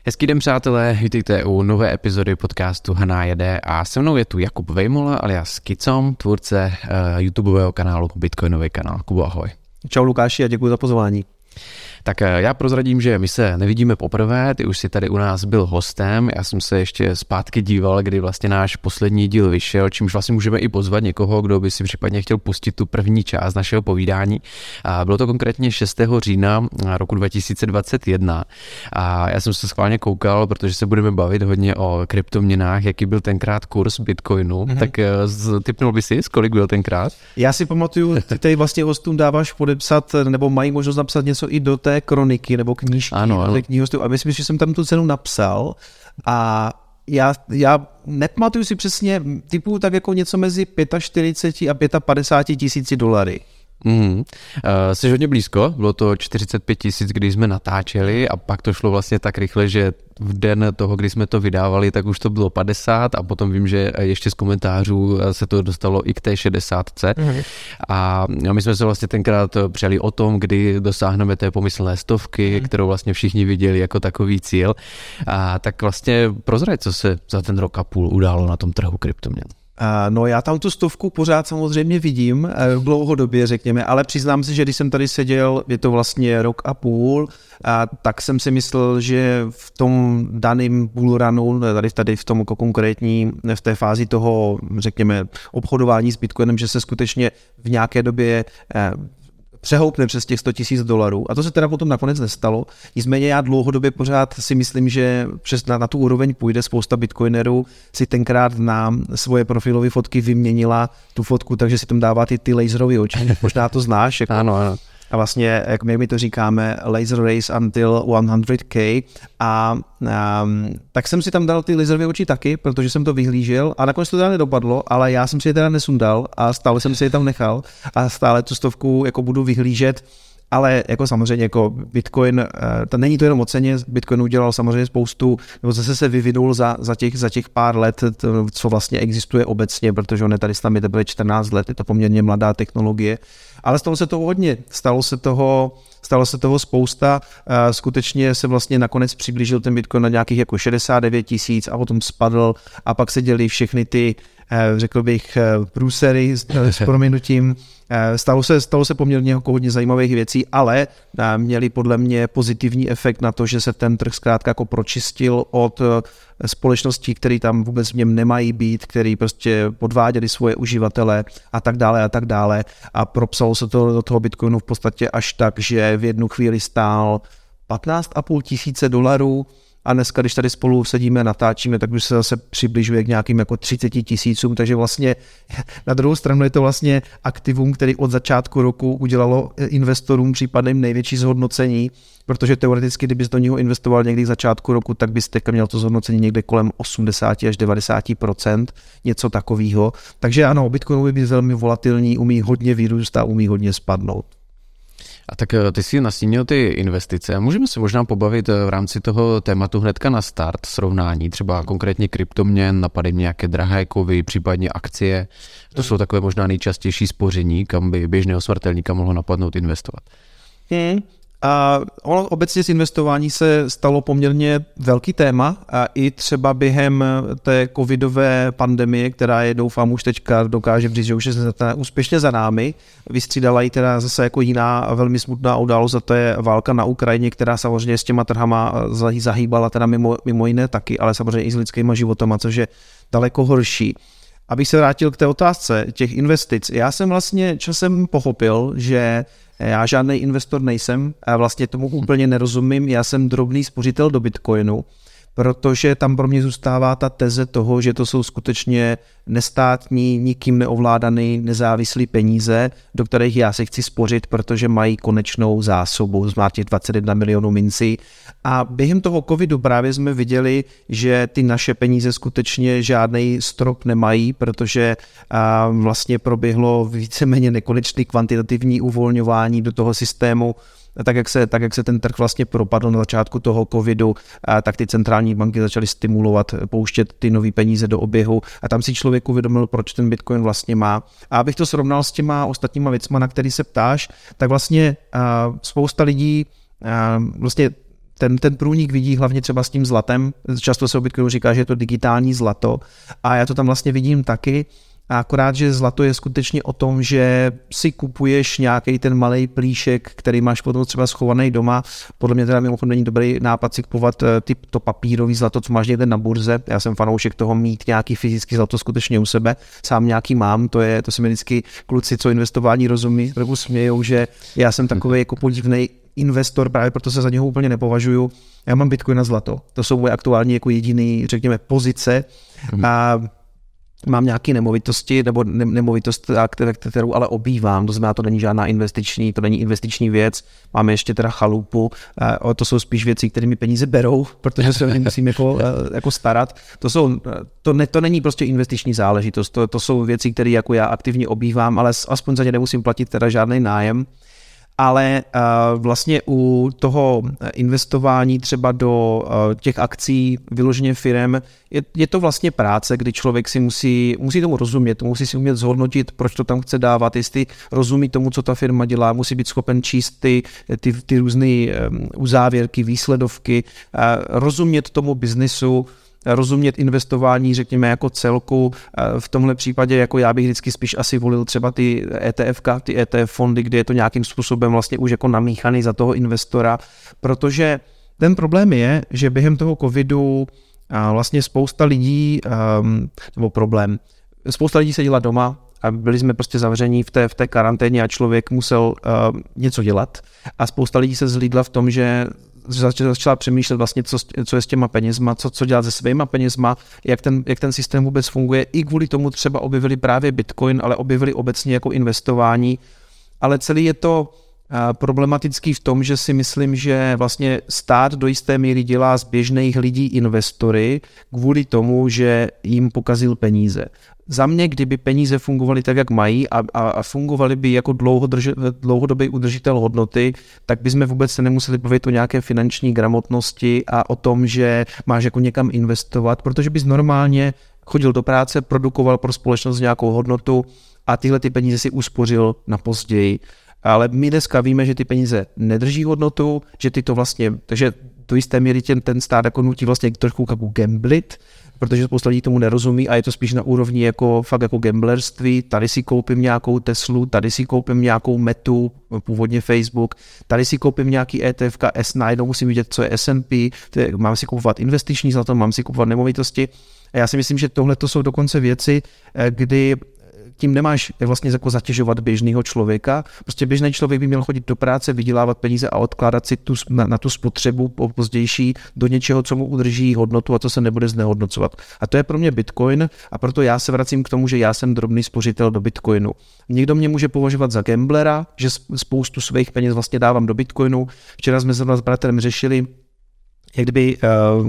Hezký den, přátelé, vítejte u nové epizody podcastu Hana jede a se mnou je tu Jakub Vejmola alias Kicom, tvůrce YouTubeového kanálu Bitcoinový kanál. Kubo, ahoj. Čau Lukáši a děkuji za pozvání. Tak já prozradím, že my se nevidíme poprvé, ty už si tady u nás byl hostem, já jsem se ještě zpátky díval, kdy vlastně náš poslední díl vyšel, čímž vlastně můžeme i pozvat někoho, kdo by si případně chtěl pustit tu první část našeho povídání. A bylo to konkrétně 6. října roku 2021 a já jsem se schválně koukal, protože se budeme bavit hodně o kryptoměnách, jaký byl tenkrát kurz Bitcoinu, tak tipnul by si, kolik byl tenkrát? Já si pamatuju, ty tady vlastně hostům dáváš podepsat, nebo mají možnost napsat něco i do té kroniky nebo knížky. Ano. A myslím, že jsem tam tu cenu napsal a já nepamatuju si přesně, typu tak jako něco mezi 45 a 55 tisíci dolary. Jsi hodně blízko, bylo to 45 000, když jsme natáčeli a pak to šlo vlastně tak rychle, že v den toho, kdy jsme to vydávali, tak už to bylo 50 a potom vím, že ještě z komentářů se to dostalo i k té 60. A my jsme se vlastně tenkrát přeli o tom, kdy dosáhneme té pomyslné stovky, kterou vlastně všichni viděli jako takový cíl. A tak vlastně prozrať, co se za ten rok a půl událo na tom trhu kryptoměn. No já tam tu stovku pořád samozřejmě vidím, dlouhodobě řekněme, ale přiznám se, že když jsem tady seděl, je to vlastně rok a půl, tak jsem si myslel, že v tom daném bullrunu, tady v tom konkrétní, v té fázi toho, řekněme, obchodování s Bitcoinem, že se skutečně v nějaké době přehoupne přes těch 100 000 dolarů. A to se teda potom nakonec nestalo. Nicméně já dlouhodobě pořád si myslím, že přes na tu úroveň půjde. Spousta bitcoinerů si tenkrát na svoje profilové fotky vyměnila tu fotku, takže si tam dává ty laserové oči. Možná to znáš. Jako. Ano. A vlastně, jak my to říkáme, laser race until 100K. A tak jsem si tam dal ty laserové oči taky, protože jsem to vyhlížel a nakonec to teda nedopadlo, ale já jsem si je teda nesundal a stále jsem si je tam nechal a stále tu stovku jako budu vyhlížet. Ale jako samozřejmě jako Bitcoin, to není to jenom o ceně, Bitcoin udělal samozřejmě spoustu, nebo zase se vyvinul za těch pár let, co vlastně existuje obecně, protože on je tady s námi teprve 14 let, je to poměrně mladá technologie, ale stalo se toho hodně, stalo se toho spousta, skutečně se vlastně nakonec přiblížil ten Bitcoin na nějakých jako 69 000 a potom spadl a pak se děli všechny ty, řekl bych, průsery s prominutím. Stalo se poměrně jako hodně zajímavých věcí, ale měli podle mě pozitivní efekt na to, že se ten trh zkrátka jako pročistil od společností, které tam vůbec v něm nemají být, který prostě podváděli svoje uživatele a tak dále a propsalo se to do toho Bitcoinu v podstatě až tak, že v jednu chvíli stál 15,5 tisíce dolarů a dneska, když tady spolu sedíme a natáčíme, tak už se zase přibližuje k nějakým jako 30 000, takže vlastně na druhou stranu je to vlastně aktivum, který od začátku roku udělalo investorům případným největší zhodnocení, protože teoreticky, kdybys do něho investoval někdy k začátku roku, tak bys teďka měl to zhodnocení někde kolem 80 až 90%, něco takového. Takže ano, Bitcoin je být velmi volatilní, umí hodně vyrůst a umí hodně spadnout. A tak ty jsi nastínil ty investice. Můžeme se možná pobavit v rámci toho tématu hnedka na start srovnání, třeba konkrétně kryptoměn, napadají nějaké drahé kovy, případně akcie. To jsou takové možná nejčastější spoření, kam by běžného smrtelníka mohlo napadnout investovat. A ono obecně z investování se stalo poměrně velký téma a i třeba během té covidové pandemie, která je doufám už teďka dokáže říct, že už je úspěšně za námi, vystřídala ji teda zase jako jiná velmi smutná událost a to je válka na Ukrajině, která samozřejmě s těma trhama zahýbala teda mimo jiné taky, ale samozřejmě i s lidskýma životama, což je daleko horší. Abych se vrátil k té otázce těch investic, já jsem vlastně časem pochopil, že já žádný investor nejsem a vlastně tomu úplně nerozumím, já jsem drobný spořitel do Bitcoinu, protože tam pro mě zůstává ta teze toho, že to jsou skutečně nestátní, nikým neovládaný, nezávislý peníze, do kterých já si chci spořit, protože mají konečnou zásobu, má těch 21 milionů mincí. A během toho covidu právě jsme viděli, že ty naše peníze skutečně žádný strop nemají, protože vlastně proběhlo víceméně nekonečný kvantitativní uvolňování do toho systému. Tak jak se ten trh vlastně propadl na začátku toho covidu, tak ty centrální banky začaly stimulovat, pouštět ty nové peníze do oběhu a tam si člověk uvědomil, proč ten Bitcoin vlastně má. A abych to srovnal s těma ostatníma věcma, na který se ptáš, tak vlastně spousta lidí vlastně ten průnik vidí hlavně třeba s tím zlatem. Často se o Bitcoinu říká, že je to digitální zlato a já to tam vlastně vidím taky. A akorát, že zlato je skutečně o tom, že si kupuješ nějaký ten malej plíšek, který máš potom třeba schovaný doma. Podle mě teda mimochodem není dobrý nápad si kupovat to papírový zlato, co máš někde na burze. Já jsem fanoušek toho mít nějaký fyzický zlato skutečně u sebe. Sám nějaký mám, to se mi vždycky kluci, co investování rozumí, trochu smějou, že já jsem takový jako podivnej investor, právě proto se za něho úplně nepovažuju. Já mám Bitcoin a zlato. To jsou moje aktuální jako jediný, řekněme, pozice. A mám nějaké nemovitosti, nebo nemovitost, kterou ale obývám, to znamená, to není žádná investiční věc, máme ještě teda chalupu, to jsou spíš věci, které mi peníze berou, protože se nemusím jako starat. To není prostě investiční záležitost, to jsou věci, které jako já aktivně obývám, ale aspoň za ně nemusím platit teda žádný nájem. Ale vlastně u toho investování třeba do těch akcí vyloženě firem je to vlastně práce, kdy člověk si musí tomu rozumět, musí si umět zhodnotit, proč to tam chce dávat, jestli rozumí tomu, co ta firma dělá, musí být schopen číst ty různé uzávěrky, výsledovky, rozumět tomu biznisu, rozumět investování, řekněme, jako celku. V tomhle případě, jako já bych vždycky spíš asi volil třeba ty ETF fondy, kde je to nějakým způsobem vlastně už jako namíchaný za toho investora, protože ten problém je, že během toho covidu vlastně spousta lidí seděla doma a byli jsme prostě zavření v té karanténě a člověk musel něco dělat a spousta lidí se zhlídla v tom, že začala přemýšlet vlastně, co je s těma penězma, co dělat se svýma penězma, jak ten systém vůbec funguje. I kvůli tomu třeba objevili právě Bitcoin, ale objevili obecně jako investování. Ale celý je to problematický v tom, že si myslím, že vlastně stát do jisté míry dělá z běžných lidí investory kvůli tomu, že jim pokazil peníze. Za mě, kdyby peníze fungovaly tak, jak mají a fungovaly by jako dlouhodobý udržitel hodnoty, tak bychom vůbec se nemuseli bavit o nějaké finanční gramotnosti a o tom, že máš jako někam investovat, protože bys normálně chodil do práce, produkoval pro společnost nějakou hodnotu a tyhle ty peníze si uspořil na později. Ale my dneska víme, že ty peníze nedrží hodnotu, že ty to vlastně, takže do jisté míry ten stát jako nutí vlastně trošku jako gamblit, protože spousta lidí tomu nerozumí a je to spíš na úrovni jako fakt jako gamblerství. Tady si koupím nějakou Teslu, tady si koupím nějakou Metu, původně Facebook, tady si koupím nějaký ETF, najednou musím vidět, co je S&P, mám si kupovat investiční zlato, mám si kupovat nemovitosti. A já si myslím, že tohle to jsou dokonce věci, kdy tím nemáš vlastně jako zatěžovat běžného člověka. Prostě běžný člověk by měl chodit do práce, vydělávat peníze a odkládat si na tu spotřebu pozdější do něčeho, co mu udrží hodnotu a co se nebude znehodnocovat. A to je pro mě Bitcoin a proto já se vracím k tomu, že já jsem drobný spořitel do Bitcoinu. Někdo mě může považovat za gamblera, že spoustu svých peněz vlastně dávám do Bitcoinu. Včera jsme zrovna s bratrem řešili, jak kdyby,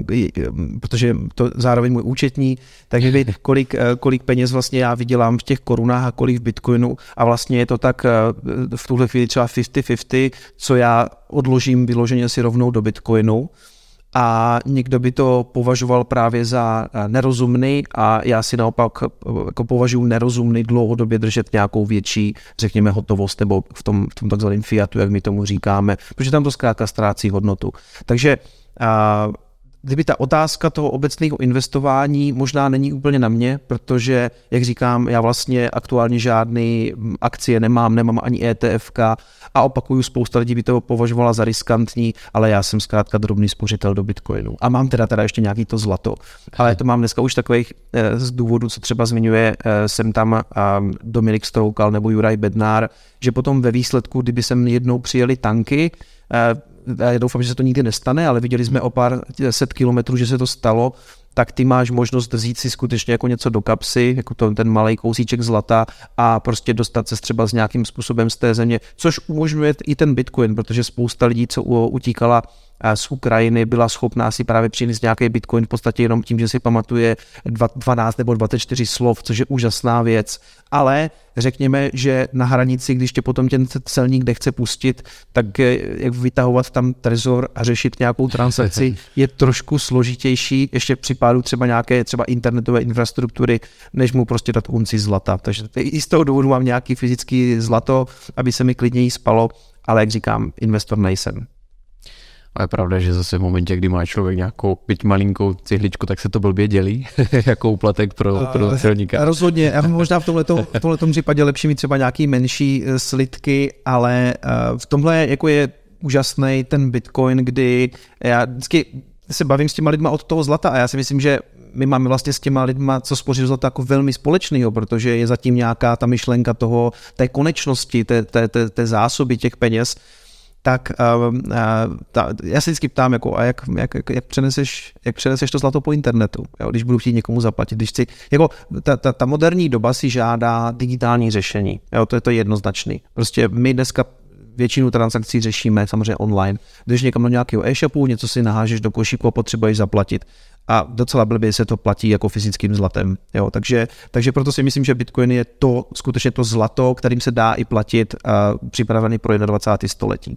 protože to zároveň můj účetní, tak kdyby kolik peněz vlastně já vydělám v těch korunách a kolik v Bitcoinu a vlastně je to tak v tuhle chvíli třeba 50-50, co já odložím vyloženě si rovnou do Bitcoinu a někdo by to považoval právě za nerozumný a já si naopak jako považuji nerozumný dlouhodobě držet nějakou větší, řekněme, hotovost nebo v tom takzvaném fiatu, jak my tomu říkáme, protože tam to zkrátka ztrácí hodnotu. Takže kdyby ta otázka toho obecného investování možná není úplně na mě, protože, jak říkám, já vlastně aktuálně žádný akcie nemám ani ETFka a opakuju, spousta lidí by to považovala za riskantní, ale já jsem zkrátka drobný spořitel do Bitcoinu. A mám teda ještě nějaký to zlato. Ale to mám dneska už takových z důvodů, co třeba zmiňuje jsem tam Dominik Stroukal nebo Juraj Bednár, že potom ve výsledku, kdyby sem jednou přijeli tanky, já doufám, že se to nikdy nestane, ale viděli jsme o pár set kilometrů, že se to stalo, tak ty máš možnost vzít si skutečně jako něco do kapsy, jako ten malý kousíček zlata a prostě dostat se třeba s nějakým způsobem z té země, což umožňuje i ten Bitcoin, protože spousta lidí, co utíkala z Ukrajiny, byla schopná si právě přinést nějaký Bitcoin v podstatě jenom tím, že si pamatuje 12 nebo 24 slov, což je úžasná věc. Ale řekněme, že na hranici, když tě potom ten celník nechce pustit, tak jak vytahovat tam trezor a řešit nějakou transakci je trošku složitější, ještě při pádu třeba nějaké třeba internetové infrastruktury, než mu prostě dát unci zlata. Takže i z toho důvodu mám nějaký fyzický zlato, aby se mi klidněji spalo, ale jak říkám, investor nejsem. A je pravda, že zase v momentě, kdy má člověk nějakou byť malinkou cihličku, tak se to blbě dělí jako úplatek pro celníka. Rozhodně, já možná v tomhletom případě lepší mít třeba nějaký menší slitky, ale v tomhle jako je úžasný ten Bitcoin, kdy já vždycky se bavím s těma lidma od toho zlata a já si myslím, že my máme vlastně s těma lidma, co spoří zlato, jako velmi společného, protože je zatím nějaká ta myšlenka té konečnosti, té zásoby těch peněz, tak já se vždycky ptám, jako, a jak přeneseš to zlato po internetu, jo, když budu chtít někomu zaplatit, když chci, jako ta moderní doba si žádá digitální řešení, jo, to je jednoznačný. Prostě my dneska většinu transakcí řešíme samozřejmě online. Když někam do nějakého e-shopu, něco si nahážeš do košíku a potřebuješ zaplatit. A docela blbě se to platí jako fyzickým zlatem. Jo, takže proto si myslím, že Bitcoin je skutečně to zlato, kterým se dá i platit, připravený pro 21. století.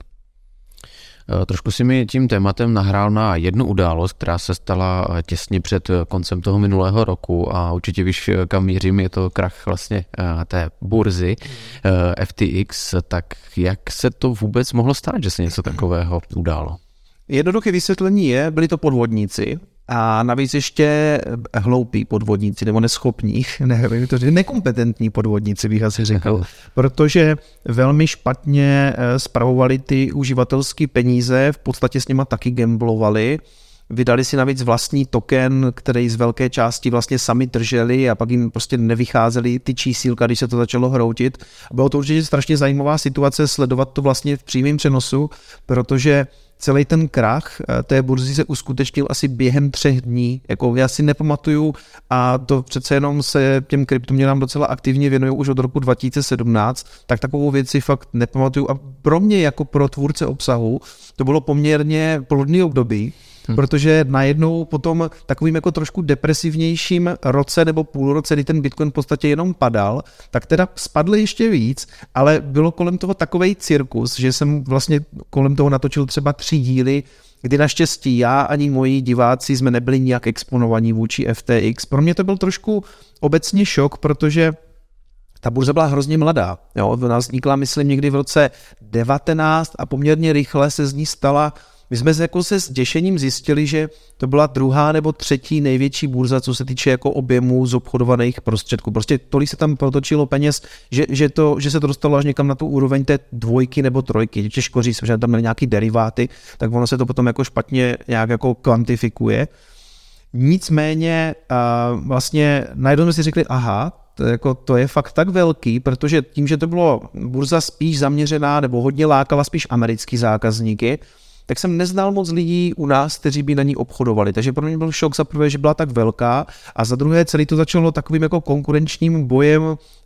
Trošku si mi tím tématem nahrál na jednu událost, která se stala těsně před koncem toho minulého roku a určitě víš, kam mířím, je to krach vlastně té burzy FTX, tak jak se to vůbec mohlo stát, že se něco takového událo? Jednoduché vysvětlení byli to podvodníci a navíc ještě hloupí podvodníci nebo neschopní, nekompetentní podvodníci bych asi řekl, protože velmi špatně spravovali ty uživatelské peníze, v podstatě s nima taky gamblovali, vydali si navíc vlastní token, který z velké části vlastně sami drželi a pak jim prostě nevycházely ty čísílka, když se to začalo hroutit. Bylo to určitě strašně zajímavá situace sledovat to vlastně v přímém přenosu, protože celý ten krach té burzy se uskutečnil asi během 3 dní. Jako já si nepamatuju a to přece jenom se těm kryptoměnám docela aktivně věnují už od roku 2017, tak takovou věc si fakt nepamatuju. A pro mě jako pro tvůrce obsahu to bylo poměrně plodný období, protože najednou potom takovým jako trošku depresivnějším roce nebo půlroce, kdy ten Bitcoin v podstatě jenom padal, tak teda spadl ještě víc, ale bylo kolem toho takovej cirkus, že jsem vlastně kolem toho natočil třeba 3 díly, kdy naštěstí já ani moji diváci jsme nebyli nijak exponovaní vůči FTX. Pro mě to byl trošku obecně šok, protože ta burza byla hrozně mladá. Jo? Ona vznikla, myslím, někdy v roce 19 a poměrně rychle se z ní stala. My jsme se s děšením zjistili, že to byla 2. nebo 3. největší burza, co se týče jako objemu z obchodovaných prostředků. Prostě tolik se tam protočilo peněz, že se to dostalo až někam na tu úroveň té 2 nebo 3. Těžko říct, že tam měly nějaký deriváty, tak ono se to potom jako špatně nějak jako kvantifikuje. Nicméně vlastně najednou jsme si řekli, aha, to je fakt tak velký, protože tím, že to bylo burza spíš zaměřená nebo hodně lákala spíš americký zákazníky, tak jsem neznal moc lidí u nás, kteří by na ní obchodovali. Takže pro mě byl šok za prvé, že byla tak velká a za druhé celý to začalo takovým jako konkurenčním bojem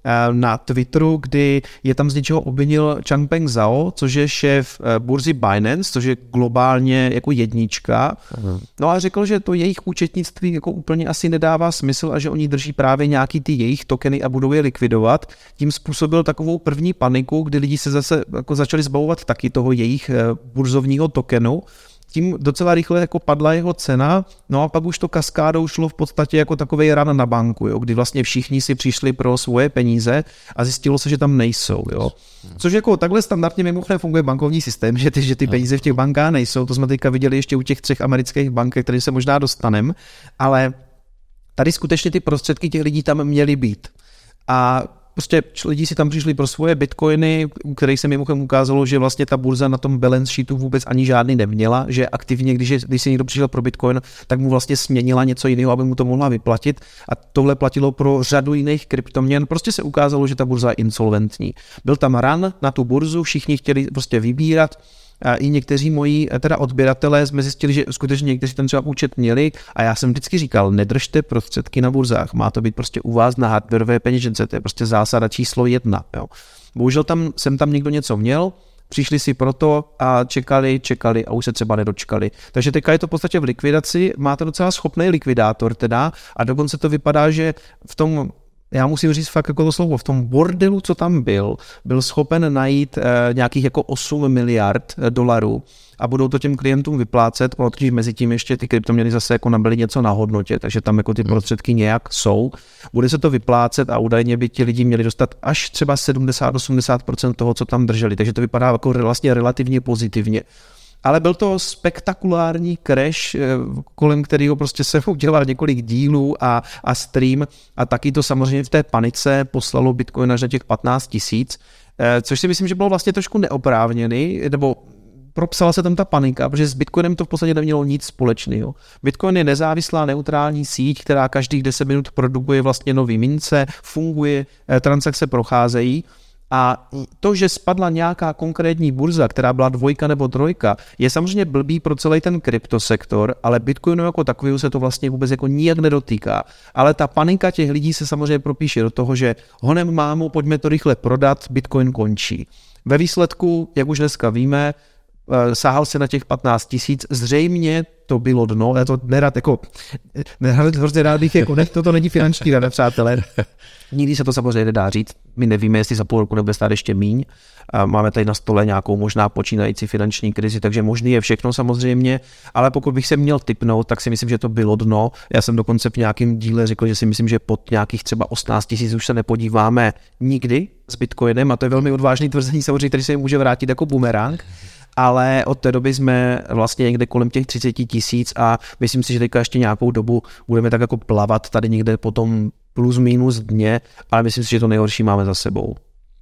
na Twitteru, kdy je tam z něčeho obvinil Changpeng Zhao, což je šéf burzy Binance, což je globálně jako jednička. No a řekl, že to jejich účetnictví jako úplně asi nedává smysl a že oni drží právě nějaký ty jejich tokeny a budou je likvidovat. Tím způsobil takovou první paniku, kdy lidi se zase jako začali zbavovat taky toho jejich burzovního tokenu. Tím docela rychle jako padla jeho cena, no a pak už to kaskádou šlo v podstatě jako takovej run na banku, jo, kdy vlastně všichni si přišli pro svoje peníze a zjistilo se, že tam nejsou. Jo. Což jako takhle standardně mimochodem funguje bankovní systém, že ty peníze v těch bankách nejsou, to jsme teďka viděli ještě u těch 3 amerických bank, které se možná dostaneme, ale tady skutečně ty prostředky těch lidí tam měly být. A prostě lidi si tam přišli pro svoje bitcoiny, u kterých se mimochodem ukázalo, že vlastně ta burza na tom balance sheetu vůbec ani žádný neměla, že aktivně, když si někdo přišel pro bitcoin, tak mu vlastně směnila něco jiného, aby mu to mohla vyplatit. A tohle platilo pro řadu jiných kryptoměn. Prostě se ukázalo, že ta burza je insolventní. Byl tam run na tu burzu, všichni chtěli prostě vybírat. A i někteří moji teda odběratelé jsme zjistili, že skutečně někteří ten třeba účet měli a já jsem vždycky říkal, nedržte prostředky na burzách, má to být prostě u vás na hardwareové peněžence, to je prostě zásada číslo 1. Jo. Bohužel jsem tam někdo něco měl, přišli si proto a čekali a už se třeba nedočkali. Takže teďka je to v podstatě v likvidaci, má to docela schopný likvidátor teda a dokonce to vypadá, že v tom, já musím říct fakt jako to slovo, v tom bordelu, co tam byl schopen najít nějakých jako 8 miliard dolarů a budou to těm klientům vyplácet, protože mezi tím ještě ty kryptoměny zase jako nabyly něco na hodnotě, takže tam jako ty prostředky nějak jsou. Bude se to vyplácet a údajně by ti lidi měli dostat až třeba 70-80% toho, co tam drželi, takže to vypadá jako vlastně relativně pozitivně. ale byl to spektakulární crash, kolem kterého prostě se udělal několik dílů a stream a taky to samozřejmě v té panice poslalo Bitcoin až na těch 15 000, což si myslím, že bylo vlastně trošku neoprávněný, nebo propsala se tam ta panika, protože s Bitcoinem to v podstatě nemělo nic společného. Bitcoin je nezávislá neutrální síť, která každých 10 minut produkuje vlastně nový mince, funguje, transakce procházejí. A to, že spadla nějaká konkrétní burza, která byla 2 nebo 3, je samozřejmě blbý pro celý ten kryptosektor, ale Bitcoinu jako takového se to vlastně vůbec jako nijak nedotýká. Ale ta panika těch lidí se samozřejmě propíše do toho, že honem mámu, pojďme to rychle prodat, Bitcoin končí. Ve výsledku, jak už dneska víme, sáhal se na těch 15 000, zřejmě to bylo dno, já to hrozně rád bych, jako ne, toto není finanční rada, přátelé. Nikdy se to samozřejmě nedá říct, my nevíme, jestli za půl roku nebude stát ještě míň. Máme tady na stole nějakou možná počínající finanční krizi, takže možný je všechno samozřejmě, ale pokud bych se měl tipnout, tak si myslím, že to bylo dno. Já jsem dokonce v nějakém díle řekl, že si myslím, že pod nějakých třeba 18 000 už se nepodíváme nikdy s Bitcoinem a to je velmi odvážný tvrzení, samozřejmě, který se může vrátit jako bumerang. Ale od té doby jsme vlastně někde kolem těch 30 000 a myslím si, že teďka ještě nějakou dobu budeme tak jako plavat tady někde po tom plus minus dně, ale myslím si, že to nejhorší máme za sebou.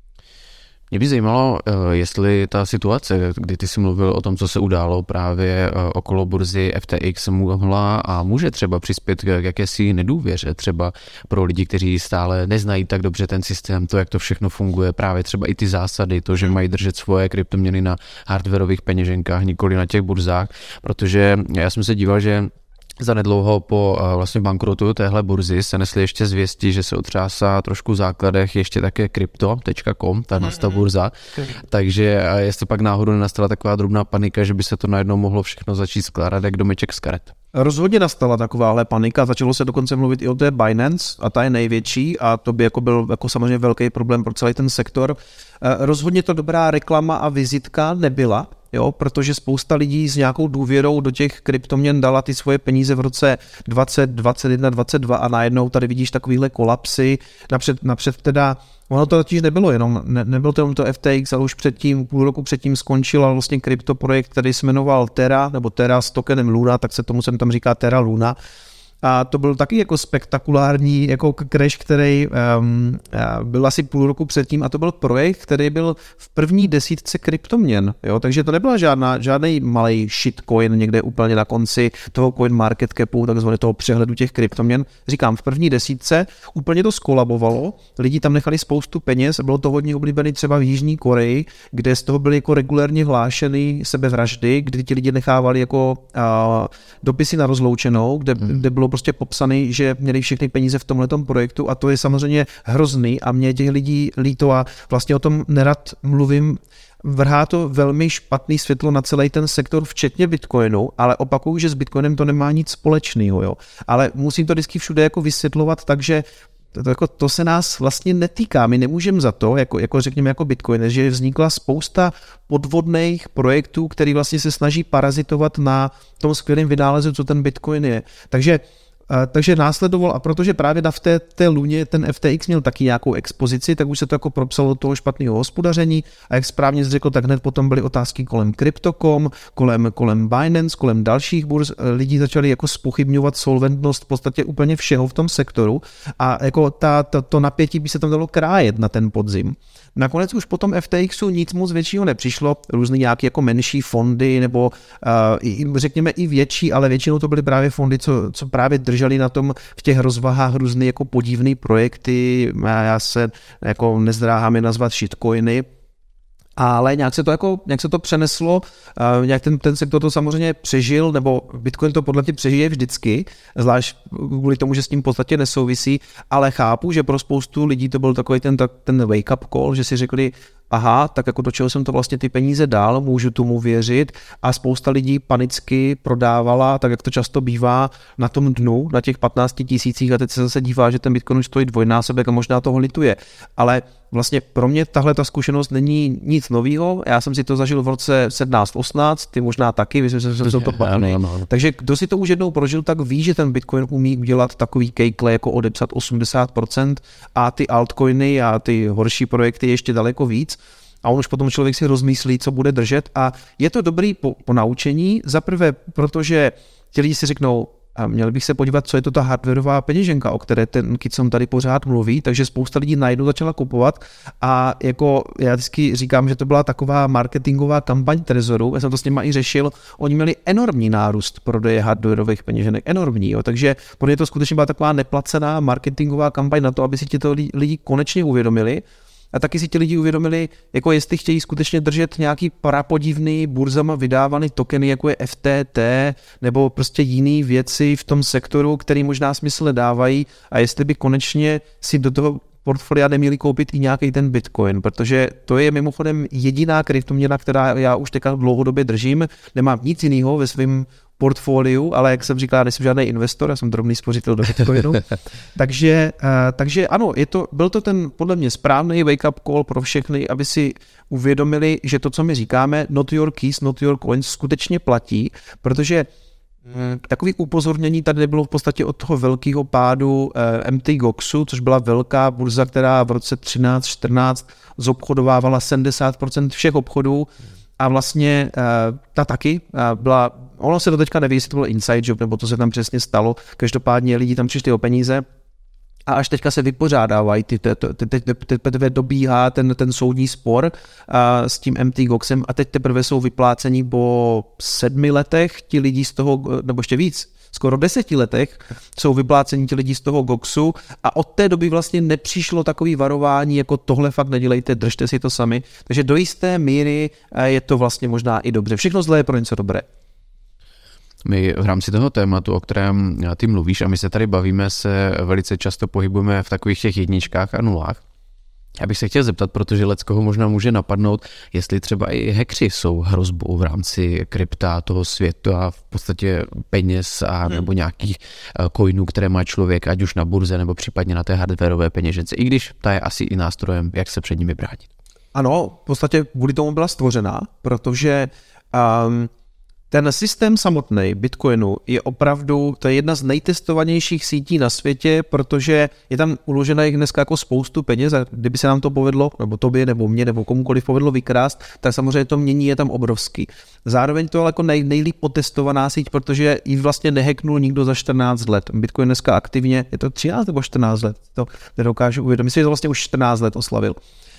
Mě by zajímalo, jestli ta situace, kdy ty jsi mluvil o tom, co se událo právě okolo burzy FTX, mohla a může třeba přispět k jakési nedůvěře třeba pro lidi, kteří stále neznají tak dobře ten systém, to, jak to všechno funguje, právě třeba i ty zásady, to, že mají držet svoje kryptoměny na hardwarových peněženkách, nikoli na těch burzách, protože já jsem se díval, že zanedlouho po vlastně bankrotu téhle burzy se nesly ještě zvěsti, že se otřásá trošku v základech ještě také crypto.com, ta burza, takže jestli pak náhodou nenastala taková drobná panika, že by se to najednou mohlo všechno začít skládat jak domeček z karet. Rozhodně nastala takováhle panika, začalo se dokonce mluvit i o té Binance a ta je největší a to by jako byl jako samozřejmě velký problém pro celý ten sektor. Rozhodně to dobrá reklama a vizitka nebyla, jo, protože spousta lidí s nějakou důvěrou do těch kryptoměn dala ty svoje peníze v roce 20, 21, 22 a najednou tady vidíš takovýhle kolapsy, napřed teda. Ono to totiž nebylo nebylo to jenom to FTX, ale už půl roku předtím skončil vlastně kryptoprojekt, který se jmenoval Terra, nebo Terra s tokenem Luna, tak se tomu sem tam říká Terra Luna. A to byl taky jako spektakulární jako crash, který byl asi půl roku předtím a to byl projekt, který byl v první 10 kryptoměn, jo? Takže to nebyla žádný malý shitcoin někde úplně na konci toho coin market capu, takzvaného toho přehledu těch kryptoměn. Říkám, v první 10 úplně to skolabovalo, lidi tam nechali spoustu peněz, bylo to hodně oblíbený třeba v Jižní Koreji, kde z toho byly jako regulérně hlášeny sebevraždy, kdy ti lidi nechávali jako dopisy na rozloučenou, kde bylo prostě popsaný, že měli všechny peníze v tomhletom projektu a to je samozřejmě hrozný a mě těch lidí líto a vlastně o tom nerad mluvím, vrhá to velmi špatný světlo na celý ten sektor, včetně Bitcoinu, ale opakuju, že s Bitcoinem to nemá nic společného, jo. Ale musím to vždycky všude jako vysvětlovat, takže to se nás vlastně netýká. My nemůžeme za to, jako řekněme jako Bitcoin, že vznikla spousta podvodných projektů, který vlastně se snaží parazitovat na tom skvělém vynálezu, co ten Bitcoin je. Takže následoval a protože právě v té luně ten FTX měl taky nějakou expozici, tak už se to jako propsalo do toho špatného hospodaření a jak správně jsi řekl, tak hned potom byly otázky kolem Crypto.com, kolem Binance, kolem dalších burz. Lidi začali jako zpochybňovat solventnost v podstatě úplně všeho v tom sektoru a jako to napětí by se tam dalo krájet na ten podzim. Nakonec už potom FTXu nic moc většího nepřišlo, různý nějaké jako menší fondy nebo řekněme i větší, ale většinou to byly právě fondy, co právě drželi na tom v těch rozvahách různý jako podivný projekty, já se jako nezdráhám je nazvat shitcoiny, ale nějak se to přeneslo, nějak ten sektor to samozřejmě přežil, nebo Bitcoin to podle mě přežije vždycky, zvlášť kvůli tomu, že s tím v podstatě nesouvisí, ale chápu, že pro spoustu lidí to byl takový ten wake up call, že si řekli, aha, tak jako do čeho jsem to vlastně ty peníze dal, můžu tomu věřit a spousta lidí panicky prodávala, tak jak to často bývá, na tom dnu, na těch 15 000 a teď se zase dívá, že ten Bitcoin už stojí dvojnásobek a možná toho lituje. Ale vlastně pro mě tahle ta zkušenost není nic nového, já jsem si to zažil v roce 17-18, ty možná taky, myslím, že jsem to patrný. Takže kdo si to už jednou prožil, tak ví, že ten Bitcoin umí udělat takový kejkle, jako odepsat 80% a ty altcoiny a ty horší projekty ještě daleko víc. a on už potom člověk si rozmyslí, co bude držet a je to dobrý po naučení, zaprvé, protože ti lidi si řeknou, a měl bych se podívat, co je to ta hardwareová peněženka, o které ten Kitson tady pořád mluví, takže spousta lidí najednou začala kupovat a jako já vždycky říkám, že to byla taková marketingová kampaň Trezoru, já jsem to s nimi i řešil, oni měli enormní nárůst prodeje hardwareových peněženek, enormní, jo, takže pro ně to skutečně byla taková neplacená marketingová kampaň na to, aby si ti to lidi konečně uvědomili. A taky si ti lidi uvědomili, jako jestli chtějí skutečně držet nějaký prapodivný burzama vydávaný tokeny, jako je FTT, nebo prostě jiné věci v tom sektoru, který možná smysl nedávají a jestli by konečně si do toho portfolia neměli koupit i nějaký ten Bitcoin, protože to je mimochodem jediná kryptoměna, která já už teďka dlouhodobě držím, nemám nic jiného ve svém portfoliu, ale jak jsem říkal, já nejsem žádný investor, já jsem drobný spořitel do Bitcoinu. takže ano, byl to ten podle mě správný wake-up call pro všechny, aby si uvědomili, že to, co my říkáme, not your keys, not your coins, skutečně platí, protože takový upozornění tady nebylo v podstatě od toho velkého pádu MT Goxu, což byla velká burza, která v roce 13-14 zobchodovávala 70% všech obchodů a vlastně ta taky byla, ono se to teďka neví, jestli to byl inside job, nebo to se tam přesně stalo, každopádně lidi tam přišli o peníze a až teďka se vypořádávají, teprve dobíhá ten soudní spor s tím MT Goxem a teď teprve jsou vyplácení po 7 letech, ti lidi z toho, nebo ještě víc, skoro 10 letech jsou vyplácení ti lidi z toho Goxu a od té doby vlastně nepřišlo takový varování, jako tohle fakt nedělejte, držte si to sami, takže do jisté míry je to vlastně možná i dobře. Všechno zlé je pro něco dobré. My v rámci toho tématu, o kterém ty mluvíš, a my se tady bavíme, se velice často pohybujeme v takových těch jedničkách a nulách. Já bych se chtěl zeptat, protože leckoho možná může napadnout, jestli třeba i hackři jsou hrozbou v rámci krypta toho světa, v podstatě peněz a nebo nějakých coinů, které má člověk, ať už na burze nebo případně na té hardwareové peněžence, i když ta je asi i nástrojem, jak se před nimi bránit. Ano, v podstatě kvůli tomu byla stvořena, protože ten systém samotný Bitcoinu je opravdu, to je jedna z nejtestovanějších sítí na světě, protože je tam uložena jich dneska jako spoustu peněz a kdyby se nám to povedlo, nebo tobě, nebo mně, nebo komukoliv povedlo vykrást, tak samozřejmě to mění je tam obrovský. Zároveň to je jako nejlíp otestovaná síť, protože ji vlastně nehacknul nikdo za 14 let. Bitcoin dneska aktivně, je to 13 nebo 14 let, to nedokážu uvědomit, myslím, že to vlastně už 14 let oslavil.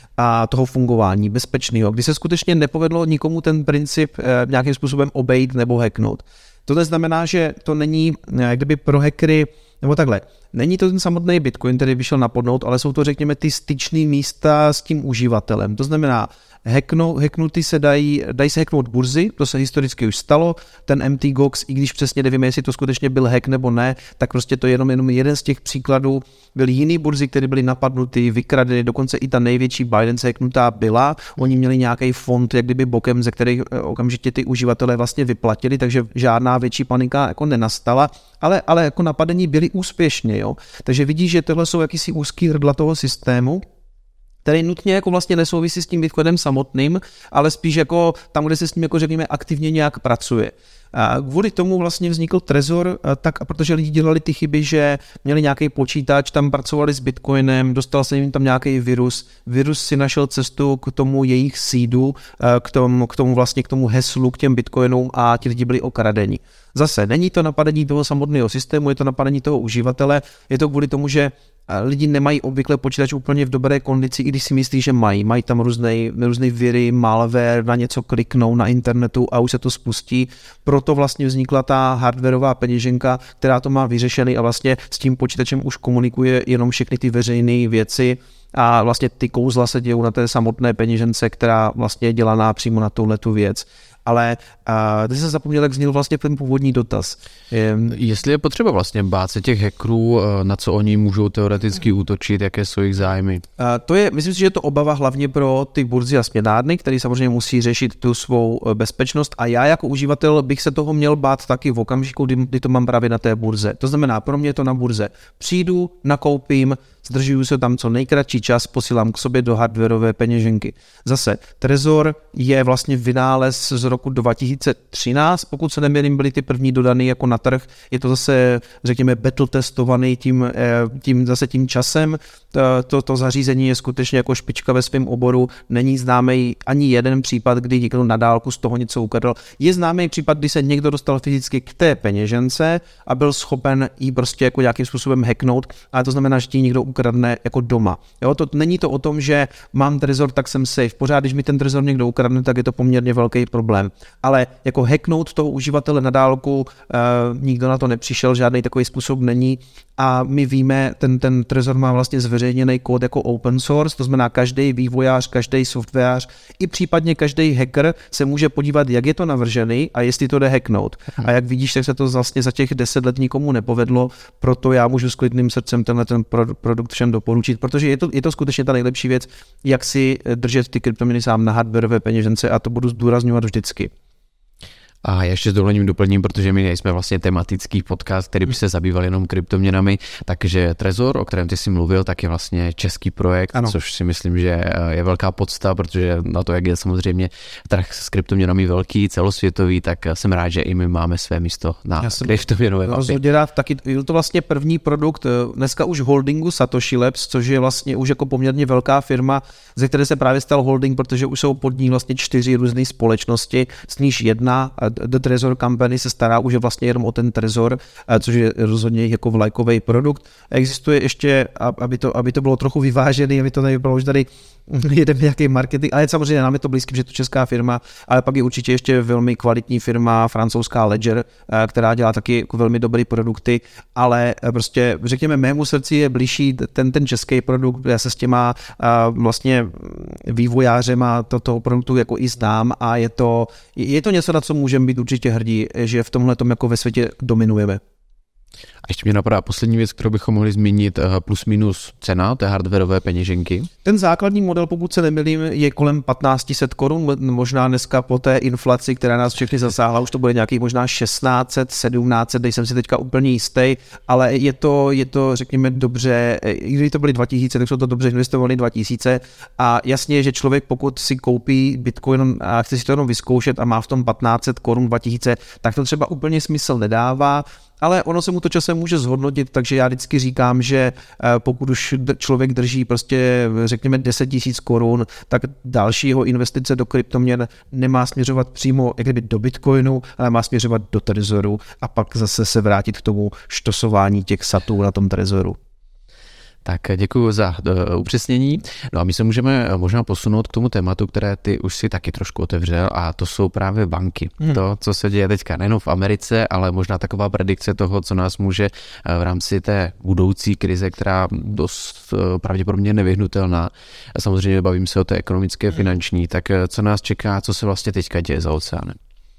A toho fungování bezpečného, kdy se skutečně nepovedlo nikomu ten princip nějakým způsobem obejít nebo hacknout. To neznamená, že to není jak kdyby pro hackery, nebo takhle, není to ten samotný Bitcoin, který vyšel na podnout, ale jsou to, řekněme, ty styčné místa s tím uživatelem. To znamená, hacknuty se dají se hacknout burzy, to se historicky už stalo, ten MT Gox, i když přesně nevíme, jestli to skutečně byl hack nebo ne, tak prostě to je jenom jeden z těch příkladů. Byly jiný burzy, které byly napadnuty, vykradeny, dokonce i ta největší Binance hacknutá byla, oni měli nějaký fond, jak kdyby bokem, ze kterých okamžitě ty uživatelé vlastně vyplatili, takže žádná větší panika jako nenastala, ale jako napadení byly úspěšně, jo. Takže vidíš, že tohle jsou jakýsi úzký hrdla toho systému, který nutně jako vlastně nesouvisí s tím Bitcoinem samotným, ale spíš jako tam, kde se s ním jako řekněme aktivně nějak pracuje. A kvůli tomu vlastně vznikl Trezor, tak protože lidi dělali ty chyby, že měli nějaký počítač, tam pracovali s Bitcoinem, dostal se jim tam nějaký virus si našel cestu k tomu jejich seedu, k tomu heslu, k těm Bitcoinům a ti lidi byli okradeni. Zase není to napadení toho samotného systému, je to napadení toho uživatele, je to kvůli tomu, že lidi nemají obvykle počítač úplně v dobré kondici, i když si myslí, že mají tam různé viry, malware, na něco kliknou na internetu a už se to spustí. Proto vlastně vznikla ta hardwareová peněženka, která to má vyřešený a vlastně s tím počítačem už komunikuje jenom všechny ty veřejné věci a vlastně ty kouzla se dějou na té samotné peněžence, která vlastně je dělaná přímo na touhletu věc. Ale teď jsem zapomněl, jak zněl vlastně ten původní dotaz. Jestli je potřeba vlastně bát se těch hackerů, na co oni můžou teoreticky útočit, jaké jsou jejich zájmy? Myslím si, že je to obava hlavně pro ty burzy a směnárny, který samozřejmě musí řešit tu svou bezpečnost a já jako uživatel bych se toho měl bát taky v okamžiku, kdy to mám právě na té burze. To znamená, pro mě je to na burze. Přijdu, nakoupím, zdržuju se tam co nejkratší čas posílám k sobě do hardwareové peněženky. Zase, Trezor je vlastně vynález z roku 2013, pokud se nemýlím, byly ty první dodaný jako na trh. Je to zase, řekněme, battle testovaný tím časem. To zařízení je skutečně jako špička ve svém oboru. Není známý ani jeden případ, kdy někdo na dálku z toho něco ukradl. Je známý případ, kdy se někdo dostal fyzicky k té peněžence a byl schopen jí prostě jako nějakým způsobem hacknout, ale to znamená, že ti někdo ukradne jako doma. Jo, není to o tom, že mám Trezor, tak jsem safe. Pořád, když mi ten Trezor někdo ukradne, tak je to poměrně velký problém. Ale jako hacknout toho uživatele na dálku, nikdo na to nepřišel, žádný takový způsob není. A my víme, ten Trezor má vlastně zveřejněný kód jako open source, to znamená každý vývojář, každý softwarář i případně každý hacker se může podívat, jak je to navržený a jestli to jde hacknout. A jak vidíš, tak se to vlastně za těch 10 let nikomu nepovedlo, proto já můžu s klidným srdcem tenhle produkt všem doporučit, protože je to skutečně ta nejlepší věc, jak si držet ty kryptoměny sám na hardwareové peněžence a to budu zdůrazňovat vždycky. A ještě s dovolením doplním, protože my nejsme vlastně tematický podcast, který by se zabýval jenom kryptoměnami, takže Trezor, o kterém ty jsi mluvil, tak je vlastně český projekt, ano. Což si myslím, že je velká podsta, protože na to, jak je samozřejmě trh s kryptoměnami velký, celosvětový, tak jsem rád, že i my máme své místo na kryptoměnové mapě. Rozhodně rád, taky byl to vlastně první produkt dneska už holdingu Satoshi Labs, což je vlastně už jako poměrně velká firma, ze které se právě stal holding, protože už jsou pod ní vlastně 4 různé společnosti, z níž jedna The Trezor Company se stará už vlastně jenom o ten Trezor, což je rozhodně jako vlajkový produkt. Existuje ještě, aby to bylo trochu vyvážený, aby to nebylo už tady jeden nějaký marketing, ale samozřejmě nám je to blízký, že je to česká firma, ale pak je určitě ještě velmi kvalitní firma francouzská Ledger, která dělá taky jako velmi dobré produkty, ale prostě řekněme mému srdci je blížší ten český produkt, já se s těma vlastně vývojářema toho produktu jako i znám a je to něco, na co můžeme být určitě hrdí, že v tomhletom jako ve světě dominujeme. A ještě mě napadá poslední věc, kterou bychom mohli zmínit, plus minus cena té hardwareové peněženky. Ten základní model, pokud se nemýlím, je kolem 1500 korun, možná dneska po té inflaci, která nás všechny zasáhla, už to bude nějaký možná 1600, 1700, nejsem si teďka úplně jistý, ale je to řekněme dobře, i když to byly 2000, tak jsou to dobře investované 2000 a jasně, že člověk, pokud si koupí Bitcoin a chce si to jenom vyzkoušet a má v tom 1500 korun 2000, tak to třeba úplně smysl nedává, ale ono se mu to časem může zhodnotit, takže já vždycky říkám, že pokud už člověk drží prostě řekněme 10 000 korun, tak další jeho investice do kryptoměn nemá směřovat přímo jak kdyby do Bitcoinu, ale má směřovat do Trezoru a pak zase se vrátit k tomu štosování těch satů na tom Trezoru. Tak děkuji za upřesnění. No a my se můžeme možná posunout k tomu tématu, které ty už si taky trošku otevřel a to jsou právě banky. To, co se děje teďka nejen v Americe, ale možná taková predikce toho, co nás může v rámci té budoucí krize, která dost pravděpodobně nevyhnutelná. A samozřejmě bavím se o té ekonomické, finanční, tak co nás čeká, co se vlastně teďka děje za oceánem?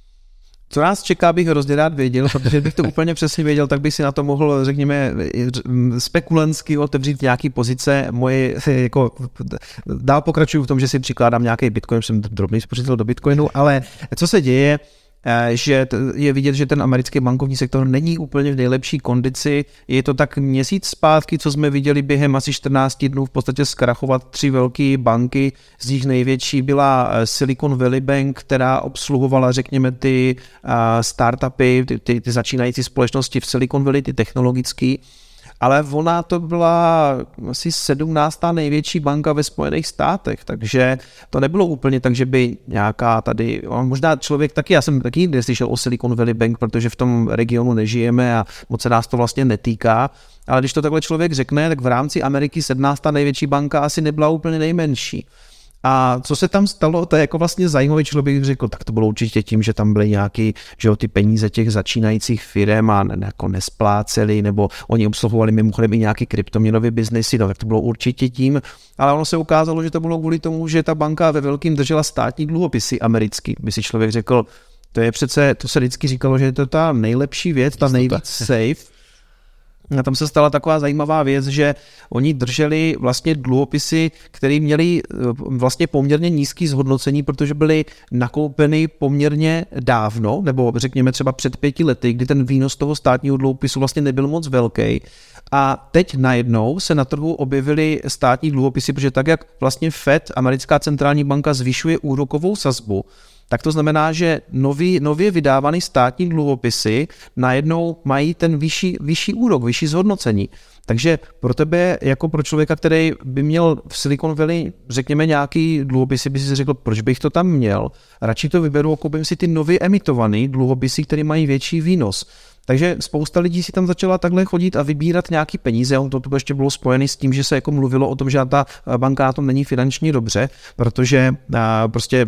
Co nás čeká, bych hrozně rád věděl, protože bych to úplně přesně věděl, tak bych si na to mohl, řekněme, spekulantsky otevřít nějaký pozice. Moje, jako, dál pokračuju v tom, že si přikládám nějaký Bitcoin, jsem drobný spořitel do Bitcoinu, ale co se děje, že je vidět, že ten americký bankovní sektor není úplně v nejlepší kondici. Je to tak měsíc zpátky, co jsme viděli během asi 14 dnů v podstatě zkrachovat 3 velké banky. Z nich největší byla Silicon Valley Bank, která obsluhovala, řekněme, ty startupy, ty začínající společnosti v Silicon Valley, ty technologické. Ale ona to byla asi 17. největší banka ve Spojených státech, takže to nebylo úplně tak, že by nějaká tady, možná člověk taky, já jsem taky nikdy neslyšel o Silicon Valley Bank, protože v tom regionu nežijeme a moc se nás to vlastně netýká, ale když to takhle člověk řekne, tak v rámci Ameriky 17. největší banka asi nebyla úplně nejmenší. A co se tam stalo, to je jako vlastně zajímavý, člověk řekl, tak to bylo určitě tím, že tam byly nějaký, že ty peníze těch začínajících firem a jako nespláceli, nebo oni obsluhovali mimochodem i nějaký kryptoměnový biznesy, no tak to bylo určitě tím, ale ono se ukázalo, že to bylo kvůli tomu, že ta banka ve velkým držela státní dluhopisy americký, by si člověk řekl, to je přece, to se vždycky říkalo, že je to ta nejlepší věc, ta nejvíc safe. A tam se stala taková zajímavá věc, že oni drželi vlastně dluhopisy, které měly vlastně poměrně nízký zhodnocení, protože byly nakoupeny poměrně dávno, nebo řekněme třeba před 5 lety, kdy ten výnos toho státního dluhopisu vlastně nebyl moc velký. A teď najednou se na trhu objevily státní dluhopisy, protože tak, jak vlastně Fed, americká centrální banka, zvyšuje úrokovou sazbu, tak to znamená, že nově vydávané státní dluhopisy najednou mají ten vyšší úrok, vyšší zhodnocení. Takže pro tebe, jako pro člověka, který by měl v Silicon Valley, řekněme, nějaký dluhopisy, by si řekl, proč bych to tam měl? Radši to vyberu a koupím si ty nově emitované dluhopisy, které mají větší výnos. Takže spousta lidí si tam začala takhle chodit a vybírat nějaký peníze. To ještě bylo spojené s tím, že se jako mluvilo o tom, že ta banka na tom není finančně dobře, protože prostě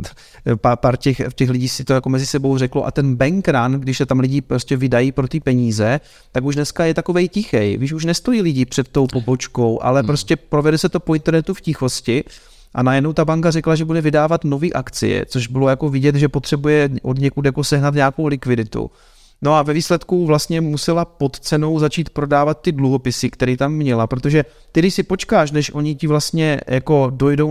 pár těch lidí si to jako mezi sebou řeklo a ten bank run, když se tam lidi prostě vydají pro ty peníze, tak už dneska je takovej tichej. Víš, už nestojí lidi před tou pobočkou, ale prostě provede se to po internetu v tichosti. A najednou ta banka řekla, že bude vydávat nové akcie, což bylo jako vidět, že potřebuje od někud jako sehnat nějakou likviditu. No a ve výsledku vlastně musela pod cenou začít prodávat ty dluhopisy, které tam měla, protože ty, když si počkáš, než oni ti vlastně jako dojdou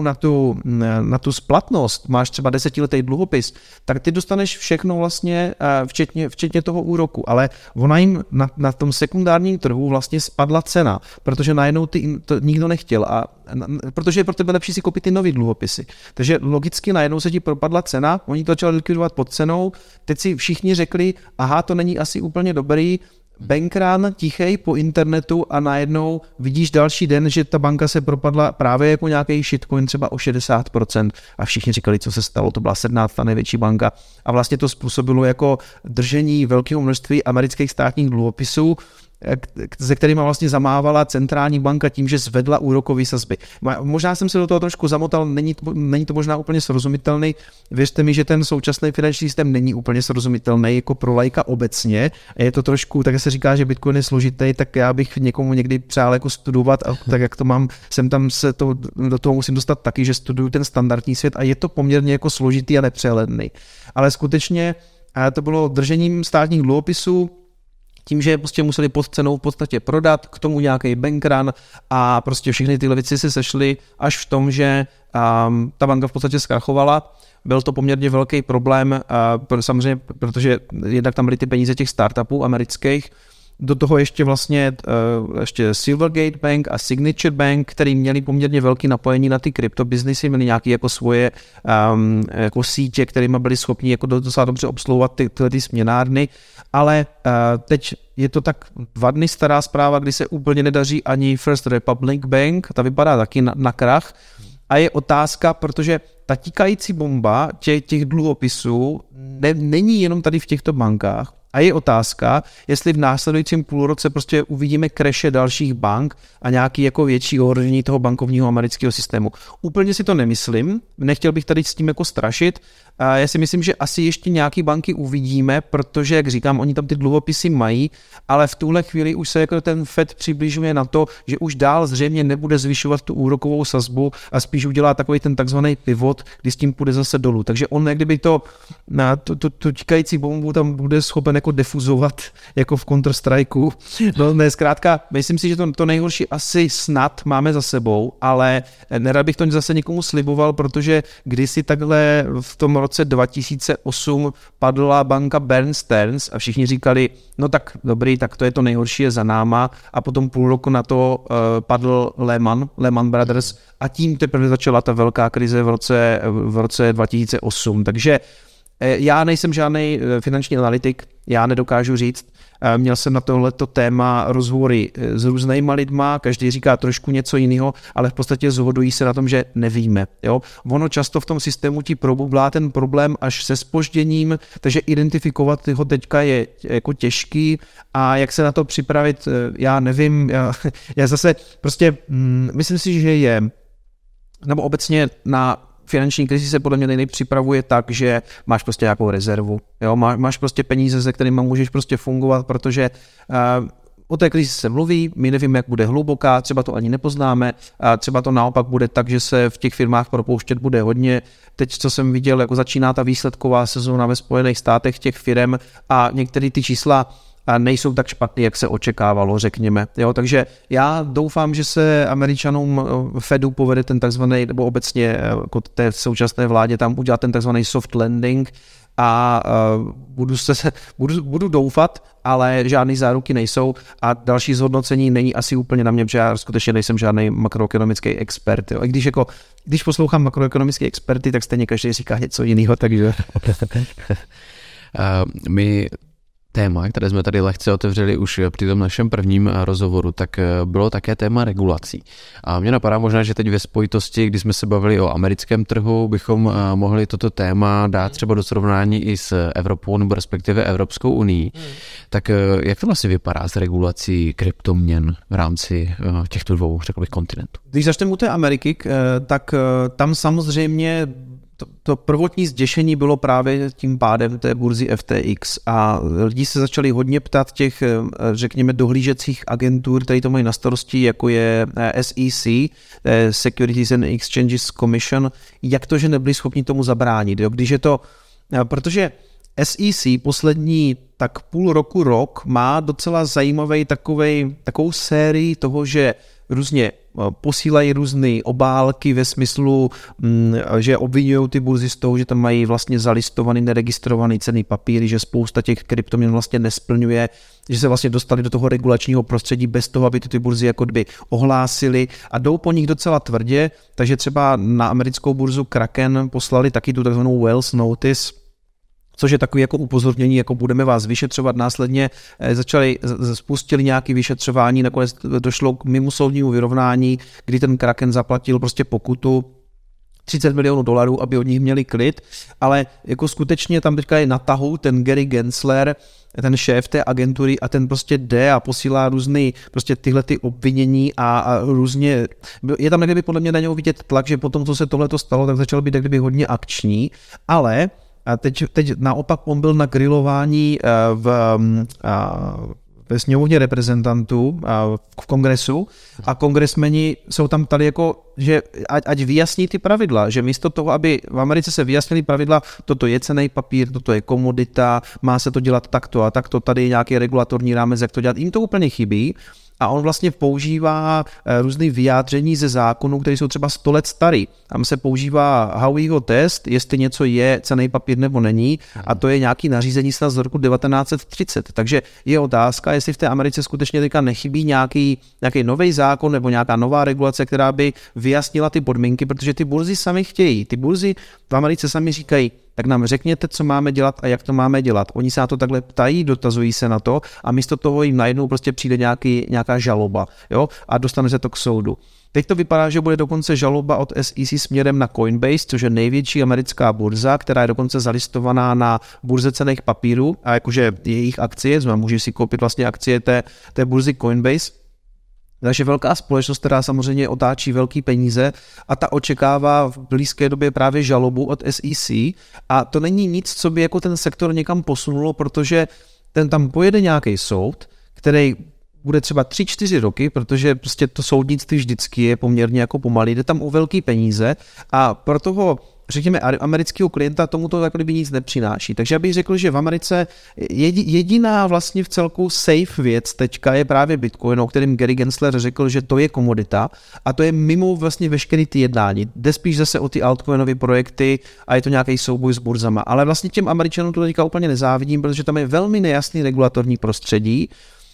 na tu splatnost, máš třeba 10letý dluhopis, tak ty dostaneš všechno vlastně, včetně toho úroku, ale ona jim na tom sekundárním trhu vlastně spadla cena, protože najednou to nikdo nechtěl protože je pro tebe lepší si koupit ty nový dluhopisy. Takže logicky najednou se ti propadla cena, oni to začali likvidovat pod cenou, teď si všichni řekli, aha, to není asi úplně dobrý, bankrun tichej po internetu a najednou vidíš další den, že ta banka se propadla právě jako nějaký shitcoin třeba o 60% a všichni říkali, co se stalo, to byla 17. největší banka a vlastně to způsobilo jako držení velkého množství amerických státních dluhopisů, se kterýma vlastně zamávala centrální banka tím, že zvedla úrokové sazby. Možná jsem se do toho trošku zamotal, není to možná úplně srozumitelný. Věřte mi, že ten současný finanční systém není úplně srozumitelný jako pro laika obecně. Je to trošku, tak se říká, že Bitcoin je složitý, tak já bych někomu někdy přál jako studovat a tak jak to mám, do toho musím dostat taky, že studuju ten standardní svět a je to poměrně jako složitý a nepřehledný. Ale skutečně to bylo držením státních dluhopisů, tím, že prostě museli pod cenou v podstatě prodat, k tomu nějaký bankrun a prostě všechny tyhle věci se sešly až v tom, že ta banka v podstatě zkrachovala. Byl to poměrně velký problém, samozřejmě, protože jednak tam byly ty peníze těch startupů amerických, do toho ještě vlastně ještě Silvergate Bank a Signature Bank, který měli poměrně velký napojení na ty kryptobiznisy, měli nějaké jako svoje jako sítě, kterými byli schopni jako docela dobře obsluhovat ty směnárny, ale teď je to tak 2 dny stará zpráva, kdy se úplně nedaří ani First Republic Bank, ta vypadá taky na krach a je otázka, protože ta tikající bomba těch dluhopisů není jenom tady v těchto bankách, a je otázka, jestli v následujícím půlroce prostě uvidíme crashe dalších bank a nějaký jako větší ohrožení toho bankovního amerického systému. Úplně si to nemyslím, nechtěl bych tady s tím jako strašit. Já si myslím, že asi ještě nějaký banky uvidíme, protože, jak říkám, oni tam ty dluhopisy mají, ale v tuhle chvíli už se jako ten Fed přibližuje na to, že už dál zřejmě nebude zvyšovat tu úrokovou sazbu a spíš udělá takový ten takzvaný pivot, kdy s tím půjde zase dolů. Takže on, jak kdyby tu tikající bombu tam bude schopen jako defuzovat, jako v Counter-Strikeu. No ne, zkrátka, myslím si, že to nejhorší asi snad máme za sebou, ale nerad bych to zase někomu sliboval, protože kdysi takhle v tom roce 2008 padla banka Bear Stearns a všichni říkali, no tak dobrý, tak to je to nejhorší, je za náma a potom půl roku na to padl Lehman Brothers a tím teprve začala ta velká krize v roce 2008. Takže já nejsem žádný finanční analytik, já nedokážu říct, měl jsem na tohleto téma rozhovory s různýma lidma, každý říká trošku něco jiného, ale v podstatě shodují se na tom, že nevíme. Jo? Ono často v tom systému ti probublá ten problém až se zpožděním, takže identifikovat ho teďka je jako těžký a jak se na to připravit, já nevím, já zase prostě myslím si, že je, nebo obecně na finanční krizi se podle mě nejlíp připravuje tak, že máš prostě nějakou rezervu. Jo? Máš prostě peníze, se kterými můžeš prostě fungovat, protože o té krizi se mluví, my nevíme, jak bude hluboká, třeba to ani nepoznáme, a třeba to naopak bude tak, že se v těch firmách propouštět bude hodně. Teď, co jsem viděl, jako začíná ta výsledková sezóna ve Spojených státech těch firm a některé ty čísla a nejsou tak špatný, jak se očekávalo, řekněme. Jo, takže já doufám, že se Američanům Fedu povede ten takzvaný, nebo obecně jako té současné vládě tam udělat ten takzvaný soft landing a budu doufat, ale žádný záruky nejsou a další zhodnocení není asi úplně na mě, protože já skutečně nejsem žádný makroekonomický expert. Jo. I když poslouchám makroekonomické experty, tak stejně každý říká něco jiného, takže... My téma, které jsme tady lehce otevřeli už při tom našem prvním rozhovoru, tak bylo také téma regulací. A mě napadá možná, že teď ve spojitosti, když jsme se bavili o americkém trhu, bychom mohli toto téma dát třeba do srovnání i s Evropou nebo respektive Evropskou unii. Tak jak to vlastně vypadá s regulací kryptoměn v rámci těchto dvou, řekl bych, kontinentů? Když začneme u té Ameriky, tak tam samozřejmě to prvotní zděšení bylo právě tím pádem té burzy FTX a lidi se začali hodně ptát těch, řekněme, dohlížecích agentur, které to mají na starosti, jako je SEC, Securities and Exchanges Commission, jak to, že nebyli schopni tomu zabránit. Jo? Když je to, protože SEC poslední tak půl roku, rok má docela zajímavý takovou sérii toho, že různě posílají různé obálky ve smyslu, že obvinují ty burzy z toho, že tam mají vlastně zalistovaný, neregistrovaný cenný papíry, že spousta těch kryptoměn vlastně nesplňuje, že se vlastně dostali do toho regulačního prostředí bez toho, aby ty burzy jako by ohlásili a jdou po nich docela tvrdě, takže třeba na americkou burzu Kraken poslali taky tu takzvanou Wells Notice, což je takový jako upozornění, jako budeme vás vyšetřovat, následně spustili nějaké vyšetřování, nakonec došlo k mimosoudnímu vyrovnání, kdy ten Kraken zaplatil prostě pokutu $30 milionů, aby od nich měli klid, ale jako skutečně tam teďka je na tahu ten Gary Gensler, ten šéf té agentury a ten prostě jde a posílá různý prostě tyhle ty obvinění a různě, je tam někdy podle mě na něho vidět tlak, že potom, co se tohleto stalo, tak začal být kdyby hodně akční, ale a teď naopak on byl na grilování ve sněmovně reprezentantů v kongresu a kongresmeni jsou tam tady jako, že ať vyjasní ty pravidla, že místo toho, aby v Americe se vyjasnily pravidla, toto je cenný papír, toto je komodita, má se to dělat takto a takto, tady je nějaký regulatorní rámec, jak to dělat, jim to úplně chybí. A on vlastně používá různé vyjádření ze zákonů, které jsou třeba 100 let starý. Tam se používá Howeyho test, jestli něco je cenný papír nebo není, a to je nějaký nařízení snad z roku 1930. Takže je otázka, jestli v té Americe skutečně teďka nechybí nějaký nový zákon nebo nějaká nová regulace, která by vyjasnila ty podmínky, protože ty burzy sami chtějí. Ty burzy v Americe sami říkají, tak nám řekněte, co máme dělat a jak to máme dělat. Oni se na to takhle ptají, dotazují se na to a místo toho jim najednou prostě přijde nějaká žaloba, jo, a dostane se to k soudu. Teď to vypadá, že bude dokonce žaloba od SEC směrem na Coinbase, což je největší americká burza, která je dokonce zalistovaná na burze cenných papírů a jakože jejich akcie, můžeš si koupit vlastně akcie té burzy Coinbase. Takže velká společnost, která samozřejmě otáčí velký peníze a ta očekává v blízké době právě žalobu od SEC a to není nic, co by jako ten sektor někam posunulo, protože ten tam pojede nějaký soud, který bude třeba 3-4 roky, protože prostě to soudnictví vždycky je poměrně jako pomalý, jde tam o velký peníze a pro toho, řekněme, amerického klienta tomu to jako kdyby nic nepřináší. Takže já bych řekl, že v Americe jediná vlastně v celku safe věc teďka je právě Bitcoin, o kterém Gary Gensler řekl, že to je komodita a to je mimo vlastně veškerý ty jednání. Jde spíš zase o ty altcoinové projekty a je to nějaký souboj s burzama. Ale vlastně těm Američanům to teďka úplně nezávidím, protože tam je velmi nejasný regulatorní prostředí.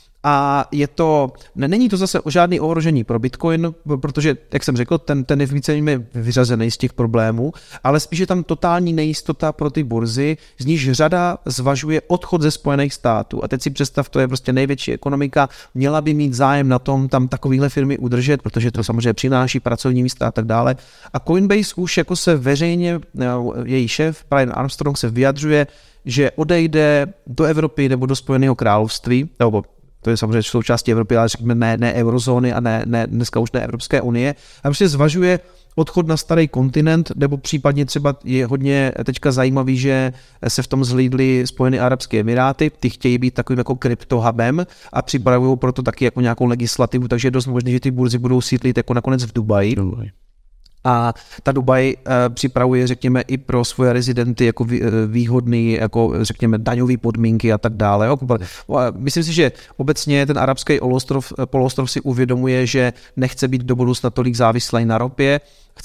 A není to zase žádný ohrožení pro Bitcoin, protože, jak jsem řekl, ten je víceméně vyřazený z těch problémů, ale spíš je tam totální nejistota pro ty burzy, z níž řada zvažuje odchod ze Spojených států. A teď si představ, to je prostě největší ekonomika, měla by mít zájem na tom tam takovéhle firmy udržet, protože to samozřejmě přináší pracovní místa a tak dále. A Coinbase už jako se veřejně, její šéf Brian Armstrong se vyjadřuje, že odejde do Evropy nebo do Spojeného království, nebo to je samozřejmě součástí Evropy, ale řekněme ne eurozóny a ne dneska už ne Evropské unie. A prostě zvažuje odchod na starý kontinent, nebo případně třeba je hodně teďka zajímavý, že se v tom zhlídly Spojené arabské emiráty, ty chtějí být takovým jako kryptohubem a připravují proto taky jako nějakou legislativu, takže je dost možné, že ty burzy budou sídlit jako nakonec v Dubaji. A ta Dubaj připravuje, řekněme, i pro svoje rezidenty jako výhodný, jako řekněme, daňové podmínky a tak dále. Myslím si, že obecně ten arabský poloostrov si uvědomuje, že nechce být do budoucna tolik závislý na ropě,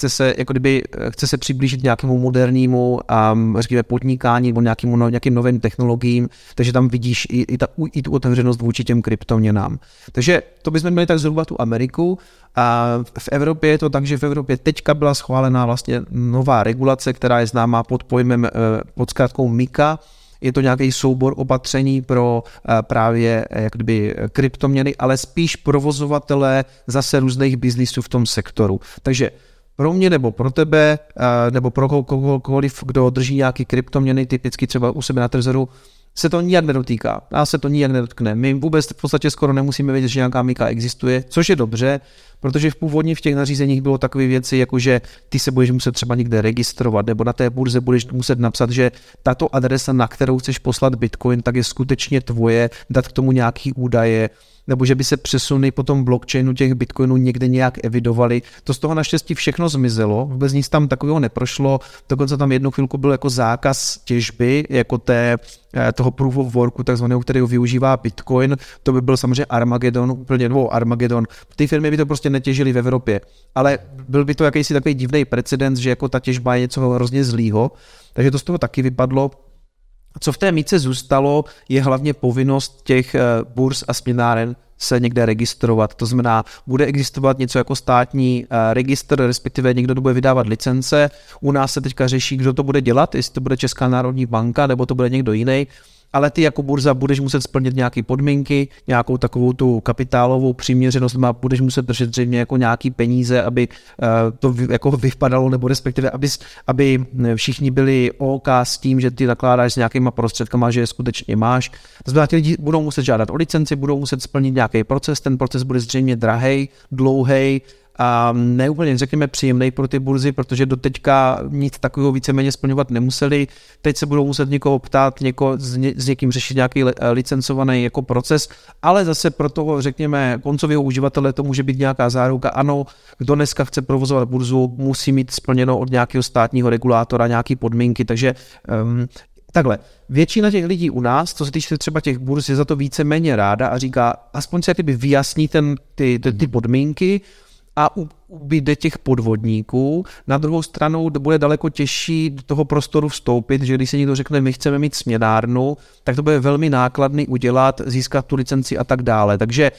chce se přiblížit nějakému modernímu řekněme, podnikání nebo nějakým novým technologiím, takže tam vidíš i tu otevřenost vůči těm kryptoměnám. Takže to bychom měli tak zhruba tu Ameriku. A v Evropě je to tak, že v Evropě teďka byla schválená vlastně nová regulace, která je známá pod zkrátkou MiCA. Je to nějaký soubor opatření pro právě kryptoměny, ale spíš provozovatele zase různých biznisů v tom sektoru. Takže pro mě nebo pro tebe, nebo pro kohokoliv, kdo drží nějaký kryptoměny, typicky třeba u sebe na trezoru, se to nijak nedotýká. Nás se to nijak nedotkne. My vůbec v podstatě skoro nemusíme vědět, že nějaká MiCA existuje, což je dobře, protože původně v těch nařízeních bylo takové věci, jako že ty se budeš muset třeba někde registrovat, nebo na té burze budeš muset napsat, že tato adresa, na kterou chceš poslat Bitcoin, tak je skutečně tvoje, dát k tomu nějaký údaje, nebo že by se přesuny po tom blockchainu těch bitcoinů někde nějak evidovali. To z toho naštěstí všechno zmizelo, vůbec nic tam takového neprošlo, dokonce tam jednu chvilku byl jako zákaz těžby, jako toho proof of worku, takzvaného, kterého využívá Bitcoin, to by byl samozřejmě Armageddon. Ty firmy by to prostě netěžily v Evropě, ale byl by to jakýsi takový divný precedens, že jako ta těžba je něco hrozně zlýho, takže to z toho taky vypadlo. Co v té MiCE zůstalo, je hlavně povinnost těch burz a směnáren se někde registrovat. To znamená, bude existovat něco jako státní registr, respektive někdo to bude vydávat licence. U nás se teďka řeší, kdo to bude dělat, jestli to bude Česká národní banka, nebo to bude někdo jiný. Ale ty jako burza budeš muset splnit nějaké podmínky, nějakou takovou tu kapitálovou přiměřenost, budeš muset držet zřejmě jako nějaký peníze, aby to jako vypadalo, nebo respektive, aby všichni byli OK s tím, že ty nakládáš s nějakýma prostředkama, že je skutečně máš. To znamená, ti lidi budou muset žádat o licenci, budou muset splnit nějaký proces, ten proces bude zřejmě drahej, dlouhej, a neúplně, řekněme, příjemnej pro ty burzy, protože doteďka nic takového víceméně splňovat nemuseli. Teď se budou muset někoho ptát, s někým řešit nějaký licencovaný jako proces, ale zase pro toho, řekněme, koncového uživatele to může být nějaká záruka. Ano, kdo dneska chce provozovat burzu, musí mít splněno od nějakého státního regulátora nějaké podmínky, takže takhle, většina těch lidí u nás, co se týče třeba těch burz, je za to víceméně ráda a říká, aspoň se vyjasní ty podmínky, a ubyde těch podvodníků. Na druhou stranu bude daleko těžší do toho prostoru vstoupit, že když se někdo řekne, my chceme mít směnárnu, tak to bude velmi nákladný udělat, získat tu licenci a tak dále. Takže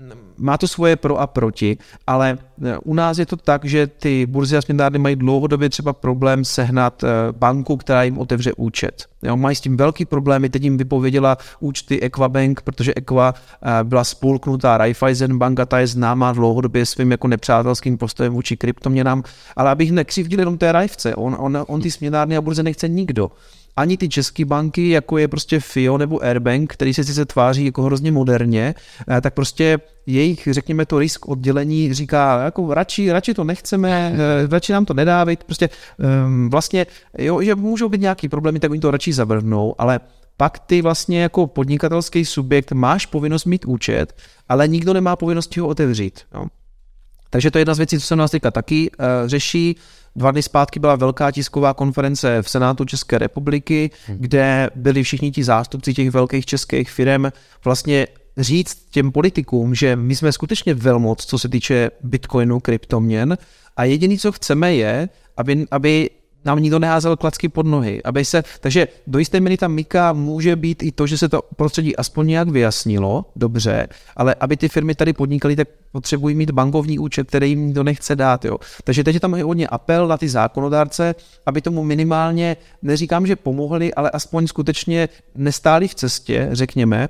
má to svoje pro a proti, ale u nás je to tak, že ty burzy a směnárny mají dlouhodobě třeba problém sehnat banku, která jim otevře účet. Jo, mají s tím velký problémy, teď jim vypověděla účty Equabank, protože Equa byla spolknutá Raiffeisen banka, ta je známá dlouhodobě svým jako nepřátelským postojem vůči kryptoměnám, ale abych nekřivdil jenom té Raifce, on ty směnárny a burze nechce nikdo. Ani ty české banky, jako je prostě FIO nebo Airbank, který se sice tváří jako hrozně moderně, tak prostě jejich, řekněme, to risk oddělení říká, jako radši to nechceme, radši nám to nedávejte, prostě vlastně, jo, že můžou být nějaký problémy, tak oni to radši zavrhnou, ale pak ty vlastně jako podnikatelský subjekt máš povinnost mít účet, ale nikdo nemá povinnost ho otevřít. Jo. Takže to je jedna z věcí, co se nás teďka taky řeší. 2 dny zpátky byla velká tisková konference v Senátu České republiky, kde byli všichni ti zástupci těch velkých českých firm vlastně říct těm politikům, že my jsme skutečně velmoc, co se týče bitcoinu, kryptoměn a jediné, co chceme je, aby nám nikdo neházel klacky pod nohy. Takže do jisté míry ta MiCA může být i to, že se to prostředí aspoň nějak vyjasnilo, dobře, ale aby ty firmy tady podnikaly, tak potřebují mít bankovní účet, který jim nikdo nechce dát. Jo. Takže teď je tam hodně apel na ty zákonodárce, aby tomu minimálně, neříkám, že pomohli, ale aspoň skutečně nestáli v cestě, řekněme.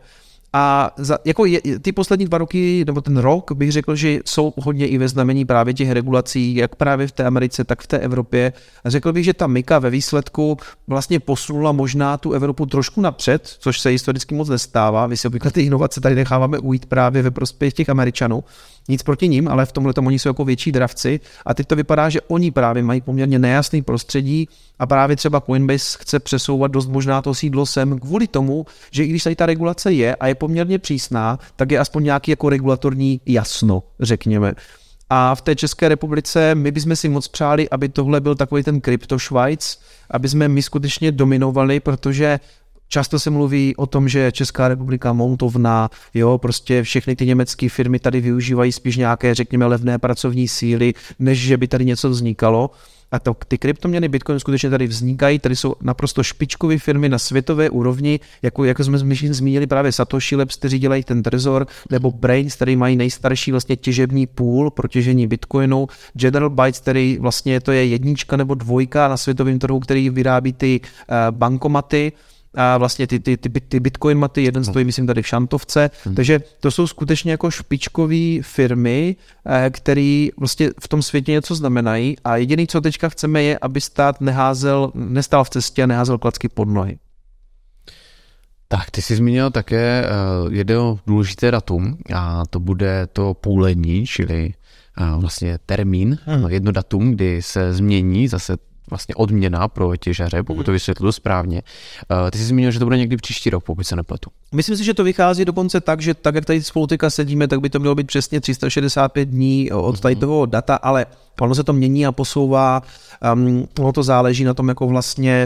A ty poslední 2 roky, nebo ten rok, bych řekl, že jsou hodně i ve znamení právě těch regulací, jak právě v té Americe, tak v té Evropě. A řekl bych, že ta MiCA ve výsledku vlastně posunula možná tu Evropu trošku napřed, což se historicky moc nestává. My si obvykle ty inovace tady necháváme ujít právě ve prospěch těch Američanů. Nic proti nim, ale v tomhle oni jsou jako větší dravci a teď to vypadá, že oni právě mají poměrně nejasný prostředí a právě třeba Coinbase chce přesouvat dost možná to sídlo sem kvůli tomu, že i když tady ta regulace je a je poměrně přísná, tak je aspoň nějaký jako regulatorní jasno, řekněme. A v té České republice my bychom si moc přáli, aby tohle byl takový ten kryptošvajc, aby jsme my skutečně dominovali, protože často se mluví o tom, že Česká republika montovna, jo, prostě všechny ty německé firmy tady využívají spíš nějaké, řekněme, levné pracovní síly, než že by tady něco vznikalo. A ty kryptoměny Bitcoin skutečně tady vznikají, tady jsou naprosto špičkové firmy na světové úrovni, jako jsme zmínili právě Satoshi Labs, kteří dělají ten Trezor, nebo Brains, který mají nejstarší vlastně těžební půl pro těžení Bitcoinu, General Bytes, který vlastně to je 1 nebo 2 na světovém trhu, který vyrábí ty bankomaty, a vlastně ty Bitcoin maty, jeden stojí, myslím, tady v Šantovce, takže to jsou skutečně jako špičkové firmy, které vlastně v tom světě něco znamenají a jediné, co teďka chceme, je, aby stát nestál v cestě a neházel klacky pod nohy. Tak, ty jsi zmínil také jedno důležité datum a to bude to půlení, čili vlastně termín, jedno datum, kdy se změní zase vlastně odměna pro těžaře, pokud to vysvětluji správně. Ty jsi zmínil, že to bude někdy příští rok, pokud se nepletu. Myslím si, že to vychází dokonce tak, že tak, jak tady spolu teďka sedíme, tak by to mělo být přesně 365 dní od tady toho data, ale ono se to mění a posouvá, ono to záleží na tom, jako vlastně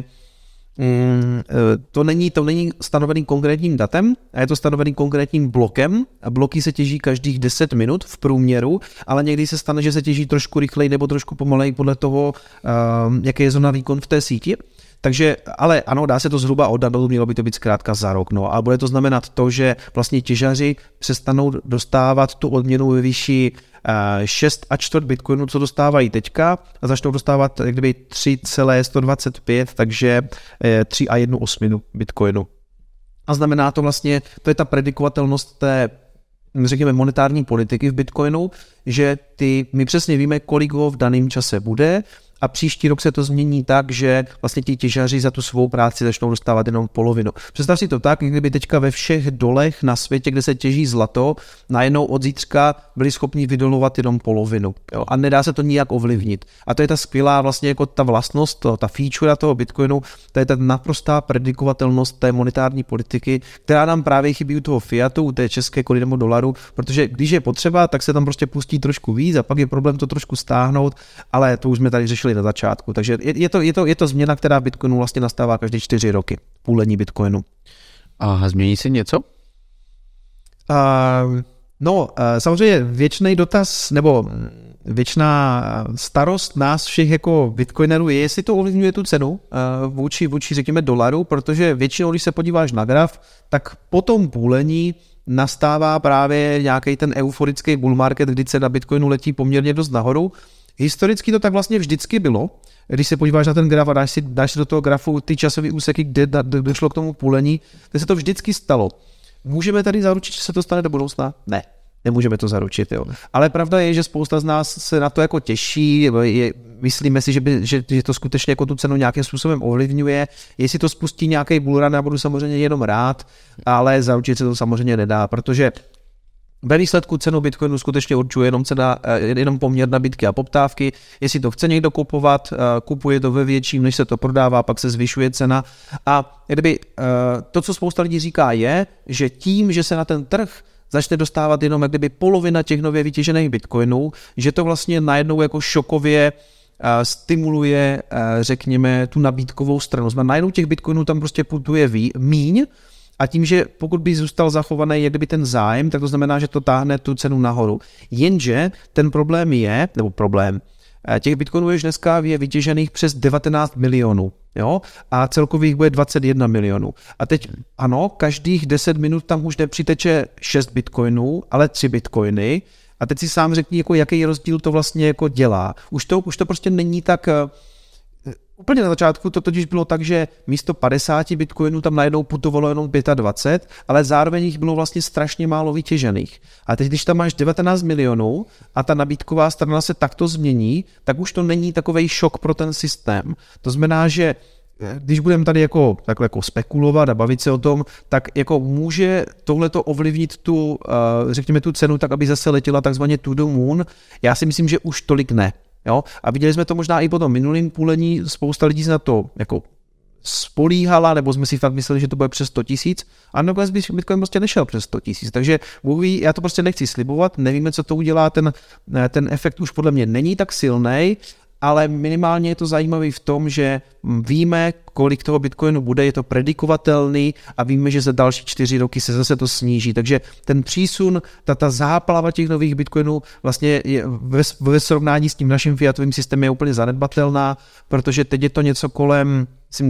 to není stanovený konkrétním datem, a je to stanovený konkrétním blokem. A bloky se těží každých 10 minut v průměru, ale někdy se stane, že se těží trošku rychleji nebo trošku pomaleji podle toho, jaký je zrovna výkon v té síti. Takže, ale ano, dá se to zhruba odhadnout, mělo by to být zkrátka za rok. No. A bude to znamenat to, že vlastně těžaři přestanou dostávat tu odměnu ve výši 6,25 bitcoinu, co dostávají teďka, a začnou dostávat jak kdyby 3,125, takže 3,1/8 bitcoinu. A znamená to vlastně, to je ta predikovatelnost té, řekněme, monetární politiky v bitcoinu, že my přesně víme, kolik ho v daném čase bude, a příští rok se to změní tak, že vlastně ti těžaři za tu svou práci začnou dostávat jenom polovinu. Představ si to tak, kdyby teďka ve všech dolech na světě, kde se těží zlato, najednou od zítřka byli schopni vydolovat jenom polovinu. Jo? A nedá se to nijak ovlivnit. A to je ta skvělá vlastně jako ta vlastnost, ta feature toho Bitcoinu, to je ta naprostá predikovatelnost té monetární politiky, která nám právě chybí u toho fiatu, u té české koruny nebo dolaru, protože když je potřeba, tak se tam prostě pustí trošku víc a pak je problém to trošku stáhnout, ale to už jsme tady řešili na začátku. Takže je to změna, která v Bitcoinu vlastně nastává každé 4 roky. Půlení Bitcoinu. A změní se něco? Samozřejmě věčný dotaz, nebo věčná starost nás všech jako bitcoinerů je, jestli to ovlivňuje tu cenu vůči řekněme dolaru, protože většinou, když se podíváš na graf, tak po tom půlení nastává právě nějaký ten euforický bull market, kdy cena Bitcoinu letí poměrně dost nahoru. Historicky to tak vlastně vždycky bylo. Když se podíváš na ten graf a dáš si do toho grafu ty časové úseky, kde došlo k tomu půlení, tak se to vždycky stalo. Můžeme tady zaručit, že se to stane do budoucna? Ne, nemůžeme to zaručit. Jo. Ale pravda je, že spousta z nás se na to jako těší, myslíme si, že to skutečně jako tu cenu nějakým způsobem ovlivňuje. Jestli to spustí nějaký bullrun, já budu samozřejmě jenom rád, ale zaručit se to samozřejmě nedá, protože ve výsledku cenu Bitcoinu skutečně určuje jenom poměr nabídky a poptávky. Jestli to chce někdo kupovat, kupuje to ve větším, než se to prodává, pak se zvyšuje cena. A kdyby to, co spousta lidí říká, je, že tím, že se na ten trh začne dostávat jenom jak kdyby polovina těch nově vytěžených Bitcoinů, že to vlastně najednou jako šokově stimuluje, řekněme, tu nabídkovou stranu. Najednou těch Bitcoinů tam prostě putuje míň, a tím, že pokud by zůstal zachovaný jak kdyby ten zájem, tak to znamená, že to táhne tu cenu nahoru. Jenže ten problém je, nebo problém, těch bitcoinů je dneska vytěžených přes 19 milionů, jo? A celkových bude 21 milionů. A teď ano, každých 10 minut tam už nepřiteče 6 bitcoinů, ale 3 bitcoiny. A teď si sám řekni, jako jaký rozdíl to vlastně jako dělá. Už to prostě není tak. Úplně na začátku to totiž bylo tak, že místo 50 bitcoinů tam najednou putovalo jenom 25, ale zároveň jich bylo vlastně strašně málo vytěžených. A teď, když tam máš 19 milionů a ta nabídková strana se takto změní, tak už to není takovej šok pro ten systém. To znamená, že když budeme tady takhle spekulovat a bavit se o tom, tak jako může tohleto ovlivnit řekněme tu cenu tak, aby zase letěla takzvaně to the moon. Já si myslím, že už tolik ne. Jo? A viděli jsme to možná i po tom minulým půlení, spousta lidí se na to jako spolíhala, nebo jsme si fakt mysleli, že to bude přes 100 000 a nakonec by Bitcoin prostě nešel přes 100 000. Takže Bůh ví, já to prostě nechci slibovat, nevíme, co to udělá, ten efekt už podle mě není tak silný, ale minimálně je to zajímavý v tom, že víme, kolik toho Bitcoinu bude, je to predikovatelný a víme, že za další 4 roky se zase to sníží. Takže ten přísun, ta záplava těch nových Bitcoinů vlastně je ve srovnání s tím naším fiatovým systémem je úplně zanedbatelná, protože teď je to něco kolem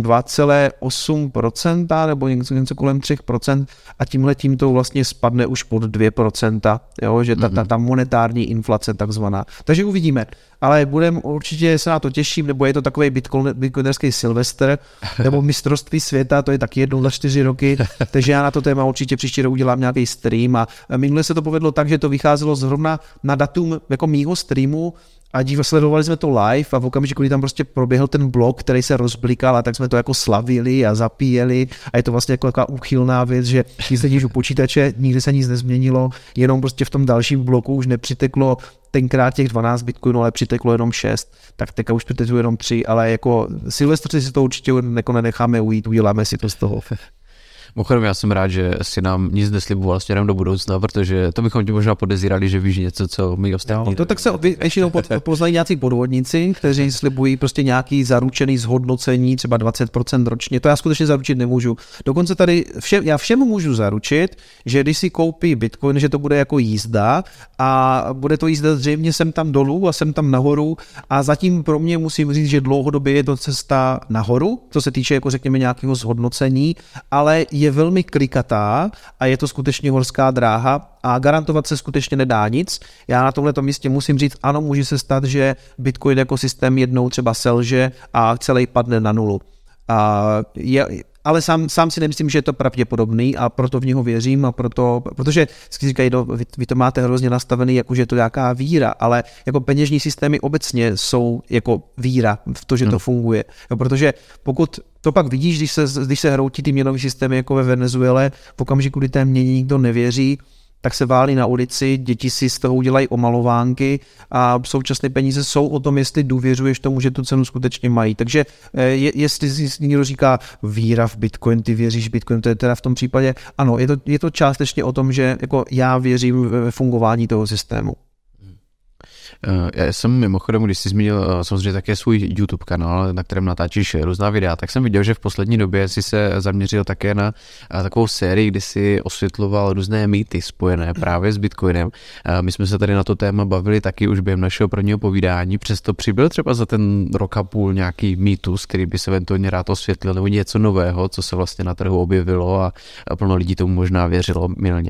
2,8% nebo něco kolem 3% a tímhletím to vlastně spadne už pod 2%, jo, že ta monetární inflace takzvaná. Takže uvidíme, ale určitě se na to těším, nebo je to takový bitcoinerský Silvestr, nebo mistrovství světa, to je taky jednou za 4 roky, takže já na to téma určitě příští rok udělám nějaký stream a minule se to povedlo tak, že to vycházelo zrovna na datum jako mýho streamu a sledovali jsme to live a v okamžiku, kdy tam prostě proběhl ten blok, který se rozblikal a tak jsme to jako slavili a zapíjeli a je to vlastně jako taková úchylná věc, že když sedíš u počítače, nikdy se nic nezměnilo, jenom prostě v tom dalším bloku už nepřiteklo tenkrát těch 12 bitcoinů, ale přiteklo jenom 6, tak teďka už přiteklo jenom 3, ale jako Silvestr si to určitě jako nenecháme ujít, uděláme si to z toho. Mimochodem, já jsem rád, že si nám nic nesliboval směrem do budoucna, protože to bychom tě možná podezírali, že víš něco, co my ostatní. No, to tak se většinou poznají nějací podvodníci, kteří slibují prostě nějaký zaručený zhodnocení, třeba 20% ročně. To já skutečně zaručit nemůžu. Dokonce tady já všem můžu zaručit, že když si koupí Bitcoin, že to bude jako jízda a bude to jízda zřejmě sem tam dolů a sem tam nahoru a zatím pro mě musím říct, že dlouhodobě je to cesta nahoru, co se týče jako řekněme nějakého zhodnocení, ale je velmi klikatá a je to skutečně horská dráha a garantovat se skutečně nedá nic. Já na tomhleto místě musím říct, ano, může se stát, že Bitcoin jako systém jednou třeba selže a celý padne na nulu. Ale sám si nemyslím, že je to pravděpodobný a proto v něho věřím a protože říkají, vy to máte hrozně nastavený, jakože je to nějaká víra, ale jako peněžní systémy obecně jsou jako víra v to, že to funguje. Jo, protože pokud to pak vidíš, když se hroutí ty měnový systémy jako ve Venezuele, v okamžiku, kdy té měně nikdo nevěří, tak se válí na ulici, děti si z toho udělají omalovánky a současné peníze jsou o tom, jestli důvěřuješ tomu, že tu cenu skutečně mají. Takže jestli si někdo říká víra v Bitcoin, ty věříš v Bitcoin, to je teda v tom případě, ano, je to částečně o tom, že jako já věřím ve fungování toho systému. Já jsem mimochodem, když jsi zmínil samozřejmě také svůj YouTube kanál, na kterém natáčíš různá videa, tak jsem viděl, že v poslední době jsi se zaměřil také na takovou sérii, kdy jsi osvětloval různé mýty spojené právě s Bitcoinem. My jsme se tady na to téma bavili taky už během našeho prvního povídání, přesto přibyl třeba za ten rok a půl nějaký mýtus, který by se eventuálně rád osvětlil, nebo něco nového, co se vlastně na trhu objevilo a plno lidí tomu možná věřilo mylně.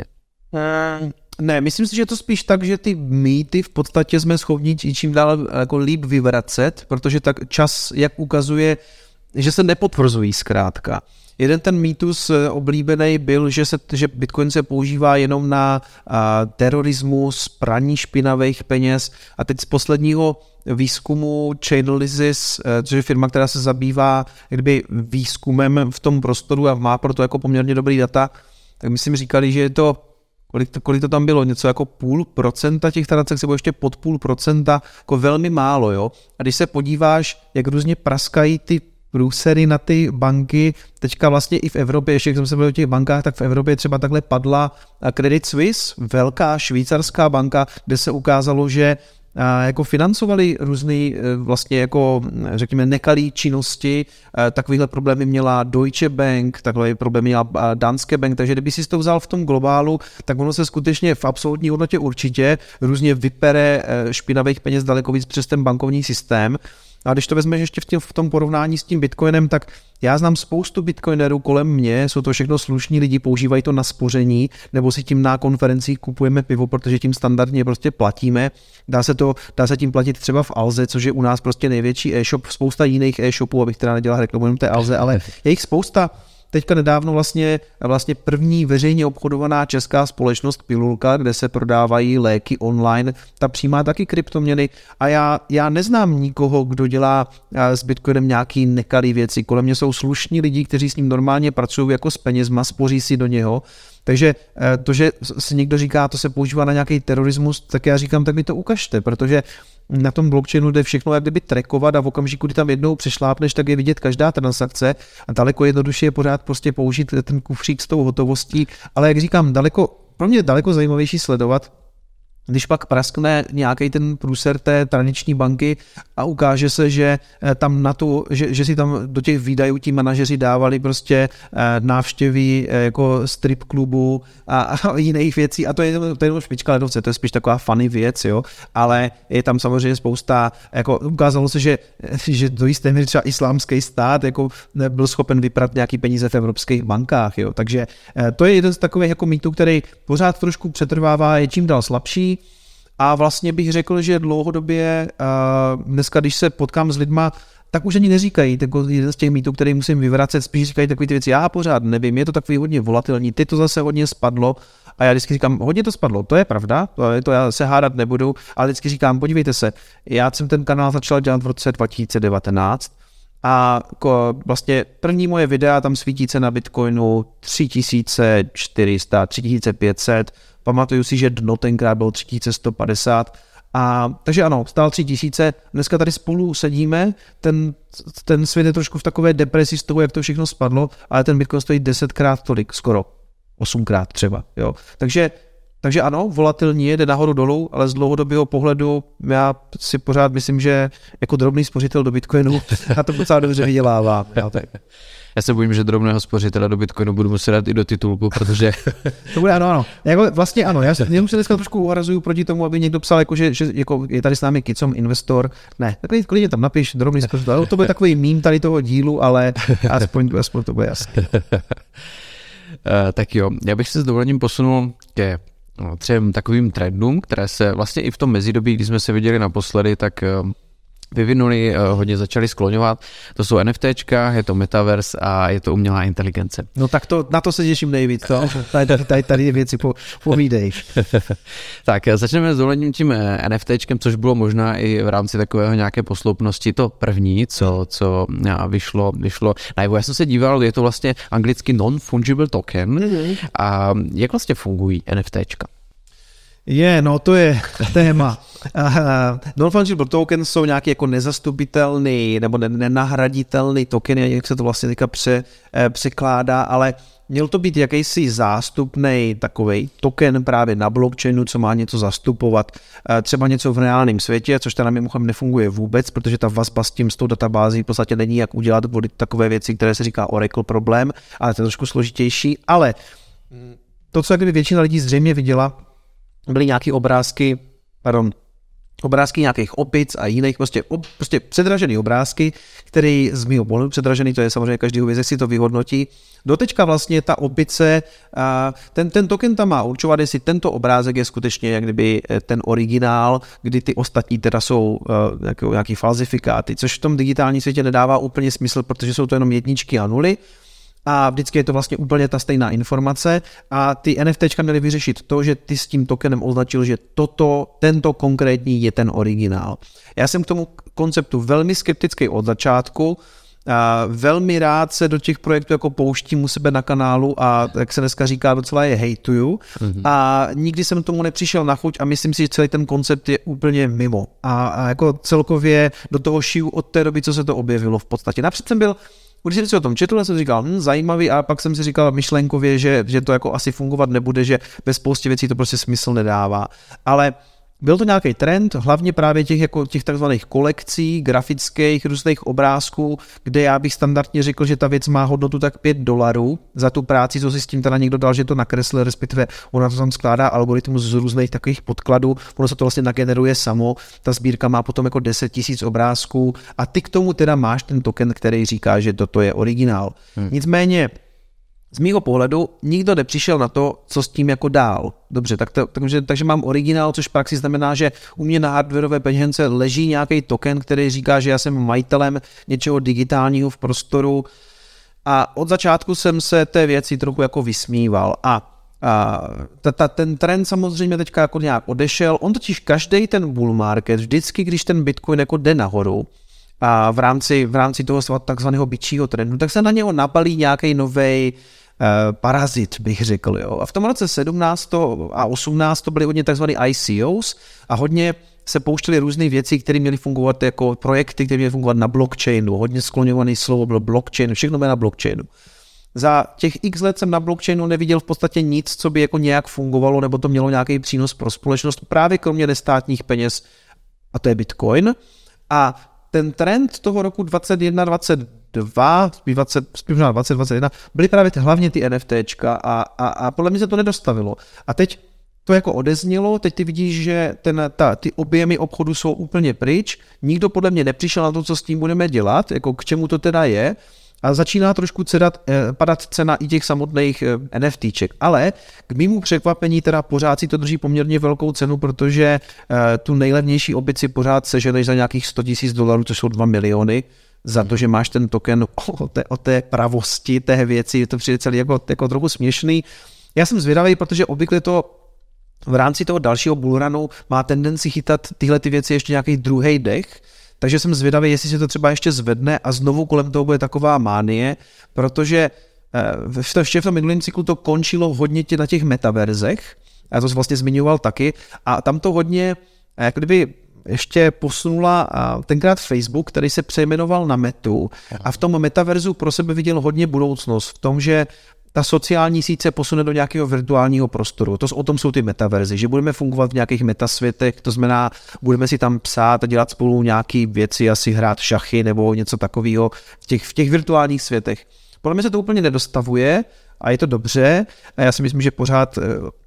Ne, myslím si, že je to spíš tak, že ty mýty v podstatě jsme schopni čím dál jako líp vyvracet, protože tak čas, jak ukazuje, že se nepotvrzují zkrátka. Jeden ten mýtus oblíbený byl, že Bitcoin se používá jenom na terorismus, praní špinavých peněz a teď z posledního výzkumu Chainalysis, což je firma, která se zabývá výzkumem v tom prostoru a má proto jako poměrně dobrý data, tak my si říkali, že je to kolik to tam bylo, něco jako 0,5% těch transakcí, nebo ještě pod 0,5%, jako velmi málo, jo. A když se podíváš, jak různě praskají ty průsery na ty banky, teďka vlastně i v Evropě, ještě když jsme se byli o těch bankách, tak v Evropě třeba takhle padla Credit Suisse, velká švýcarská banka, kde se ukázalo, že jako financovali různé vlastně jako řekněme nekalý činnosti, takovýhle problémy měla Deutsche Bank, takové problémy měla Danske Bank, takže kdyby si to vzal v tom globálu, tak ono se skutečně v absolutní hodnotě určitě různě vypere špinavých peněz daleko víc přes ten bankovní systém. A když to vezmeš ještě v tom porovnání s tím Bitcoinem, tak já znám spoustu bitcoinerů kolem mě, jsou to všechno slušní lidi, používají to na spoření, nebo si tím na konferencích kupujeme pivo, protože tím standardně prostě platíme. Dá se tím platit třeba v Alze, což je u nás prostě největší e-shop, spousta jiných e-shopů, abych teda nedělal reklamu jenom té Alze, ale je jich spousta. Teďka nedávno vlastně první veřejně obchodovaná česká společnost Pilulka, kde se prodávají léky online, ta přijímá taky kryptoměny a já neznám nikoho, kdo dělá s Bitcoinem nějaký nekalý věci. Kolem mě jsou slušní lidi, kteří s ním normálně pracují jako s penězma, spoří si do něho Takže to, že si někdo říká, to se používá na nějaký terorismus, tak já říkám, tak mi to ukažte, protože na tom blockchainu jde všechno jak kdyby trackovat a v okamžiku, kdy tam jednou přešlápneš, tak je vidět každá transakce a daleko jednodušší je pořád prostě použít ten kufřík s tou hotovostí, ale jak říkám, pro mě je daleko zajímavější sledovat, když pak praskne nějaký ten průser té tradiční banky a ukáže se, že tam že si tam do těch výdajů tí manažeři dávali prostě návštěvy jako strip klubu a jiných věcí a to je jenom špička ledovce, to je spíš taková funny věc, jo, ale je tam samozřejmě spousta, jako ukázalo se, že do jisté míry třeba islámský stát jako byl schopen vyprat nějaký peníze v evropských bankách, jo, takže to je jeden z takových jako mýtů, který pořád trošku přetrvává, je čím dál slabší. A vlastně bych řekl, že dlouhodobě dneska, když se potkám s lidma, tak už ani neříkají, jako jeden z těch mýtů, který musím vyvracet, spíš říkají takové ty věci, já pořád nevím, je to takový hodně volatilní, ty to zase hodně spadlo a já vždycky říkám, hodně to spadlo, to je pravda, to já se hádat nebudu, ale vždycky říkám, podívejte se, já jsem ten kanál začal dělat v roce 2019 a vlastně první moje videa tam svítí cena Bitcoinu 3400, 3500, pamatuju si, že dno tenkrát bylo 3150 takže ano, stál 3000, dneska tady spolu sedíme, ten svět je trošku v takové depresi z toho, jak to všechno spadlo, ale ten Bitcoin stojí 10krát tolik, skoro 8krát třeba, jo. Takže ano, volatilní jde nahoru dolů, ale z dlouhodobého pohledu já si pořád myslím, že jako drobný spořitel do Bitcoinu na to docela dobře vydělává. Já se bojím, že drobného spořitele do Bitcoinu budu muset dát i do titulku, protože... To bude ano. Jako, vlastně ano, já se dneska trošku uhrazuju proti tomu, aby někdo psal, jako, že jako je tady s námi Kicom investor. Ne, tak klidně tam napiš drobný spořitel. To bude takový mím tady toho dílu, ale aspoň to bude jasný. Tak jo, já bych se s dovolením posunul ke třem takovým trendům, které se vlastně i v tom mezidobí, kdy jsme se viděli naposledy, tak vyvinuli, hodně začali skloňovat. To jsou NFTčka, je to metaverse a je to umělá inteligence. No tak na to se těším nejvíc. Tady věci povídej. Tak začneme s dovolením tím NFTčkem, což bylo možná i v rámci takového nějaké posloupnosti to první, co vyšlo najevo. Já jsem se díval, je to vlastně anglicky non-fungible token. A jak vlastně fungují NFTčka? To je téma. Non-fungible token jsou nějaký jako nezastupitelný nebo nenahraditelný tokeny, jak se to vlastně teďka překládá, ale měl to být jakýsi zástupný takovej token právě na blockchainu, co má něco zastupovat, třeba něco v reálném světě, což teda mimochodem nefunguje vůbec, protože ta vazba s tou databází v podstatě není jak udělat takové věci, které se říká Oracle problém, ale to je trošku složitější, ale to, co kdyby většina lidí zřejmě viděla, byly nějaké obrázky nějakých opic a jiných prostě předražený obrázky, který z mýho pohledu předražený, to je samozřejmě každýho věc, si to vyhodnotí. Dotečka vlastně ta opice, ten token tam má určovat, jestli tento obrázek je skutečně jak kdyby ten originál, kdy ty ostatní teda jsou nějaký falzifikáty, což v tom digitálním světě nedává úplně smysl, protože jsou to jenom jedničky a nuly. A vždycky je to vlastně úplně ta stejná informace a ty NFTčka měly vyřešit to, že ty s tím tokenem označil, že tento konkrétní je ten originál. Já jsem k tomu konceptu velmi skeptický od začátku, velmi rád se do těch projektů jako pouštím u sebe na kanálu a jak se dneska říká, docela je hejtuju a nikdy jsem tomu nepřišel na chuť a myslím si, že celý ten koncept je úplně mimo a jako celkově do toho šiju od té doby, co se to objevilo v podstatě. Napřed jsem byl, když jsem si o tom četl, jsem si říkal, zajímavý, a pak jsem si říkal myšlenkově, že to jako asi fungovat nebude, že bez spoustě věcí to prostě smysl nedává. Ale byl to nějaký trend, hlavně právě těch takzvaných kolekcí, grafických, různých obrázků, kde já bych standardně řekl, že ta věc má hodnotu tak $5 za tu práci, co si s tím teda někdo dal, že to nakreslil, respektive ona to tam skládá algoritmus z různých takových podkladů, ono se to vlastně nageneruje samo, ta sbírka má potom jako 10 000 obrázků a ty k tomu teda máš ten token, který říká, že toto je originál. Nicméně z mýho pohledu nikdo nepřišel na to, co s tím jako dál. Dobře, takže mám originál, což v praxi znamená, že u mě na hardwareové peněžence leží nějaký token, který říká, že já jsem majitelem něčeho digitálního v prostoru a od začátku jsem se té věci trochu jako vysmíval ten trend samozřejmě teďka jako nějak odešel, on totiž každý ten bull market, vždycky, když ten Bitcoin jako jde nahoru, a v rámci toho takzvaného bičího trendu, tak se na něho nabalí nějaký novej parazit, bych řekl. Jo. A v tom roce 17 a 18 to byly hodně takzvaný ICOs a hodně se pouštěly různé věci, které měly fungovat jako projekty, které měly fungovat na blockchainu. Hodně skloňovaný slovo bylo blockchain, všechno bylo na blockchainu. Za těch x let jsem na blockchainu neviděl v podstatě nic, co by jako nějak fungovalo, nebo to mělo nějaký přínos pro společnost, právě kromě nestátních peněz, a to je Bitcoin. A ten trend toho roku 2021 byly právě hlavně ty NFTčka a podle mě se to nedostavilo. A teď to jako odeznělo, teď ty vidíš, že ty objemy obchodu jsou úplně pryč, nikdo podle mě nepřišel na to, co s tím budeme dělat, jako k čemu to teda je, a začíná trošku padat cena i těch samotných NFTček. Ale k mému překvapení teda pořád si to drží poměrně velkou cenu, protože tu nejlevnější obici pořád seženeš za nějakých $100,000, což jsou 2 miliony, za to, že máš ten token o té pravosti té věci, je to přijde celý jako trochu směšný. Já jsem zvědavý, protože obvykle to v rámci toho dalšího bullrunu má tendenci chytat tyhle ty věci ještě nějaký druhý dech, takže jsem zvědavý, jestli se to třeba ještě zvedne a znovu kolem toho bude taková mánie, protože v tom minulém cyklu to končilo hodně na těch metaverzech, já to vlastně zmiňoval taky, a tam to hodně jak kdyby ještě posunula tenkrát Facebook, který se přejmenoval na Metu a v tom metaverzu pro sebe viděl hodně budoucnost v tom, že ta sociální síť se posune do nějakého virtuálního prostoru. O tom jsou ty metaverzy, že budeme fungovat v nějakých metasvětech, to znamená, budeme si tam psát a dělat spolu nějaké věci, asi hrát šachy nebo něco takového v těch virtuálních světech. Podle mě se to úplně nedostavuje a je to dobře a já si myslím, že pořád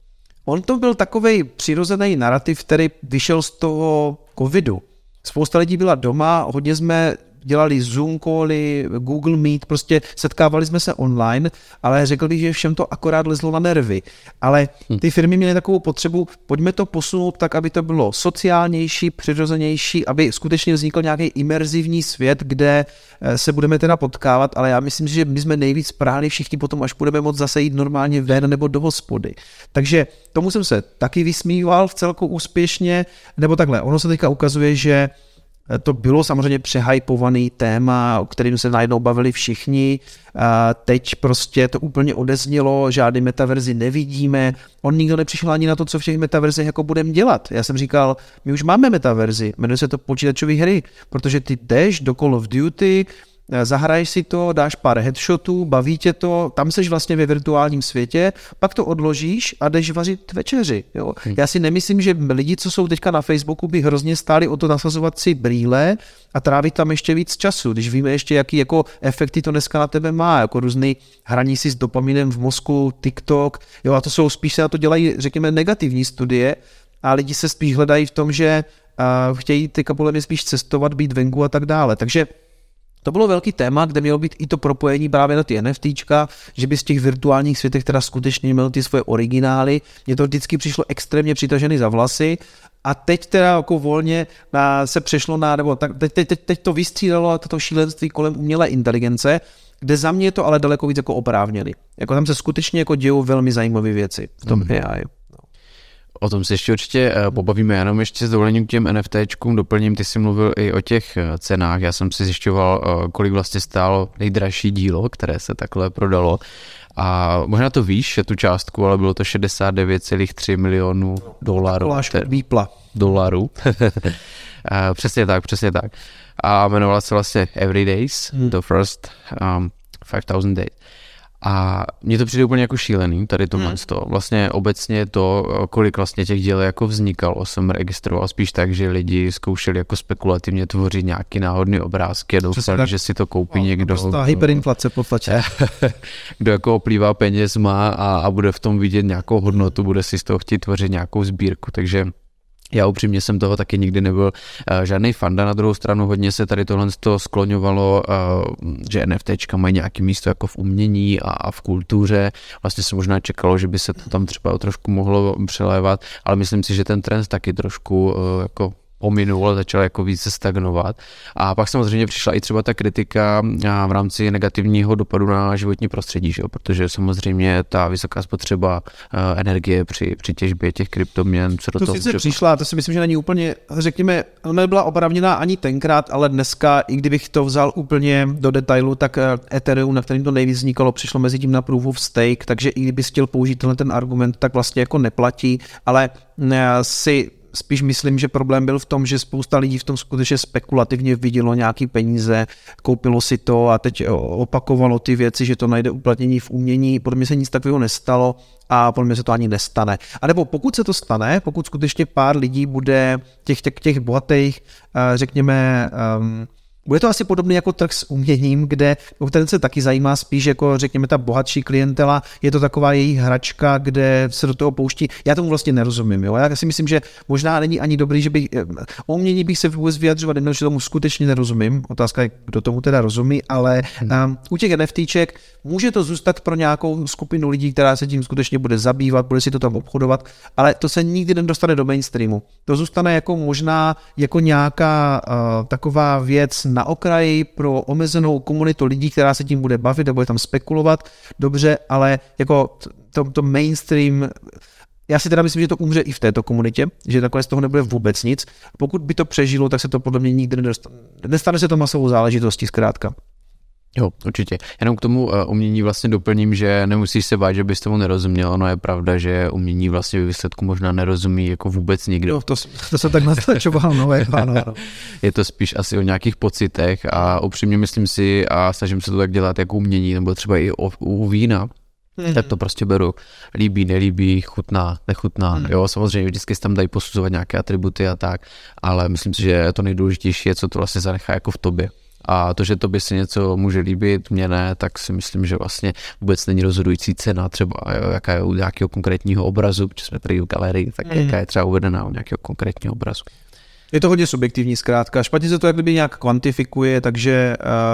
on to byl takovej přirozený narrativ, který vyšel z toho covidu. Spousta lidí byla doma, hodně jsme dělali Zoom cally, Google Meet, prostě setkávali jsme se online, ale řekl bych, že všem to akorát lezlo na nervy. Ale ty firmy měly takovou potřebu, pojďme to posunout tak, aby to bylo sociálnější, přirozenější, aby skutečně vznikl nějaký imerzivní svět, kde se budeme teda potkávat, ale já myslím, že my jsme nejvíc práli všichni potom, až budeme moct zase jít normálně ven nebo do hospody. Takže tomu jsem se taky vysmíval vcelku úspěšně, nebo takhle, ono se teďka ukazuje, že to bylo samozřejmě přehypovaný téma, o kterém se najednou bavili všichni. Teď prostě to úplně odeznělo, žádný metaverzi nevidíme. Nikdo nepřišel ani na to, co v těch metaverzech jako budeme dělat. Já jsem říkal, my už máme metaverzy, jmenuje se to počítačové hry, protože ty jdeš do Call of Duty, zahraješ si to, dáš pár headshotů, baví tě to, tam seš vlastně ve virtuálním světě, pak to odložíš a jdeš vařit večeři. Jo. Já si nemyslím, že lidi, co jsou teďka na Facebooku, by hrozně stáli o to nasazovat si brýle a trávit tam ještě víc času, když víme ještě, jaký jako efekty to dneska na tebe má, jako různý hraní si s dopaminem v mozku, TikTok, jo, a to jsou spíš se na to dělají, řekněme, negativní studie a lidi se spíš hledají v tom, že chtějí teďka podle mě spíš cestovat, být venku a tak dále. Takže to bylo velký téma, kde mělo být i to propojení právě na ty NFTčka, že by z těch virtuálních světech teda skutečně měl ty svoje originály. Mně to vždycky přišlo extrémně přitažený za vlasy a teď teda jako volně se přešlo nebo teď to vystřídalo toto šílenství kolem umělé inteligence, kde za mě je to ale daleko víc jako oprávněný. Jako tam se skutečně jako dějou velmi zajímavé věci v tom AI. O tom se ještě určitě pobavíme, jenom ještě s dovolením k těm NFTčkům doplním, ty jsi mluvil i o těch cenách, já jsem si zjišťoval, kolik vlastně stálo nejdražší dílo, které se takhle prodalo a možná to víš, tu částku, ale bylo to $69,3 milionů. Výpla. Dolarů. Přesně tak. A jmenovala se vlastně Every Days, the first 5,000 days. A mně to přijde úplně jako šílený, tady tohle to. Vlastně obecně to, kolik vlastně těch děl jako vznikalo, jsem registroval spíš tak, že lidi zkoušeli jako spekulativně tvořit nějaký náhodný obrázky a doufali, že si to koupí někdo. Prostá hyperinflace podstatě. Kdo jako oplývá penězma a bude v tom vidět nějakou hodnotu, bude si z toho chtít tvořit nějakou sbírku, takže já upřímně jsem toho taky nikdy nebyl žádný fanda, na druhou stranu hodně se tady tohle skloňovalo, že NFTčka mají nějaké místo jako v umění a v kultuře. Vlastně se možná čekalo, že by se to tam třeba trošku mohlo přelévat, ale myslím si, že ten trend taky trošku jako pominul, začal jako více stagnovat. A pak samozřejmě přišla i třeba ta kritika v rámci negativního dopadu na životní prostředí, že jo? Protože samozřejmě ta vysoká spotřeba energie při těžbě těch kryptoměn se do to toho sice přišla, to si myslím, že není úplně, řekněme, ona nebyla oprávněná ani tenkrát, ale dneska, i kdybych to vzal úplně do detailu, tak Ethereum, na kterým to nejvíc vznikalo, přišlo mezi tím na proof of stake, takže i kdyby chtěl použít ten argument, tak vlastně jako neplatí, ale si spíš myslím, že problém byl v tom, že spousta lidí v tom skutečně spekulativně vidělo nějaký peníze, koupilo si to a teď opakovalo ty věci, že to najde uplatnění v umění. Podle mě se nic takového nestalo a podle mě se to ani nestane. A nebo pokud se to stane, pokud skutečně pár lidí bude těch bohatých, řekněme, bude to asi podobné jako trh s uměním, kde ten se taky zajímá spíš jako řekněme ta bohatší klientela, je to taková její hračka, kde se do toho pouští. Já tomu vlastně nerozumím. Jo? Já si myslím, že možná není ani dobrý, že bych o umění bych se vůbec vyjadřovat, neměl, že tomu skutečně nerozumím. Otázka je, kdo tomu teda rozumí, ale u těch NFTček může to zůstat pro nějakou skupinu lidí, která se tím skutečně bude zabývat, bude si to tam obchodovat, ale to se nikdy nedostane do mainstreamu. To zůstane jako možná jako nějaká taková věc na okraji pro omezenou komunitu lidí, která se tím bude bavit a bude tam spekulovat, dobře, ale jako to mainstream, já si teda myslím, že to umře i v této komunitě, že nakonec toho nebude vůbec nic. Pokud by to přežilo, tak se to podle mě nikdy nedostane. Nestane se to masovou záležitostí zkrátka. Jo, určitě. Jenom k tomu umění vlastně doplním, že nemusíš se bát, že bys tomu nerozuměl. Ono je pravda, že umění vlastně ve výsledku možná nerozumí jako vůbec nikdo. No, to jsem tak naznačoval, no, ano. Je to spíš asi o nějakých pocitech a upřímně myslím si a snažím se to tak dělat jako umění, nebo třeba i u vína. Tak to prostě beru. Líbí, nelíbí, chutná, nechutná. Jo, samozřejmě vždycky se tam dají posuzovat nějaké atributy a tak, ale myslím si, že to nejdůležitější je, co to vlastně zanechá jako v tobě. A to, že tobě si něco může líbit, mě ne, tak si myslím, že vlastně vůbec není rozhodující cena třeba, jo, jaká je u nějakého konkrétního obrazu, protože jsme tady v galerii, tak jaká je třeba uvedená u nějakého konkrétního obrazu. Je to hodně subjektivní zkrátka, špatně se to jak kdyby nějak kvantifikuje, takže,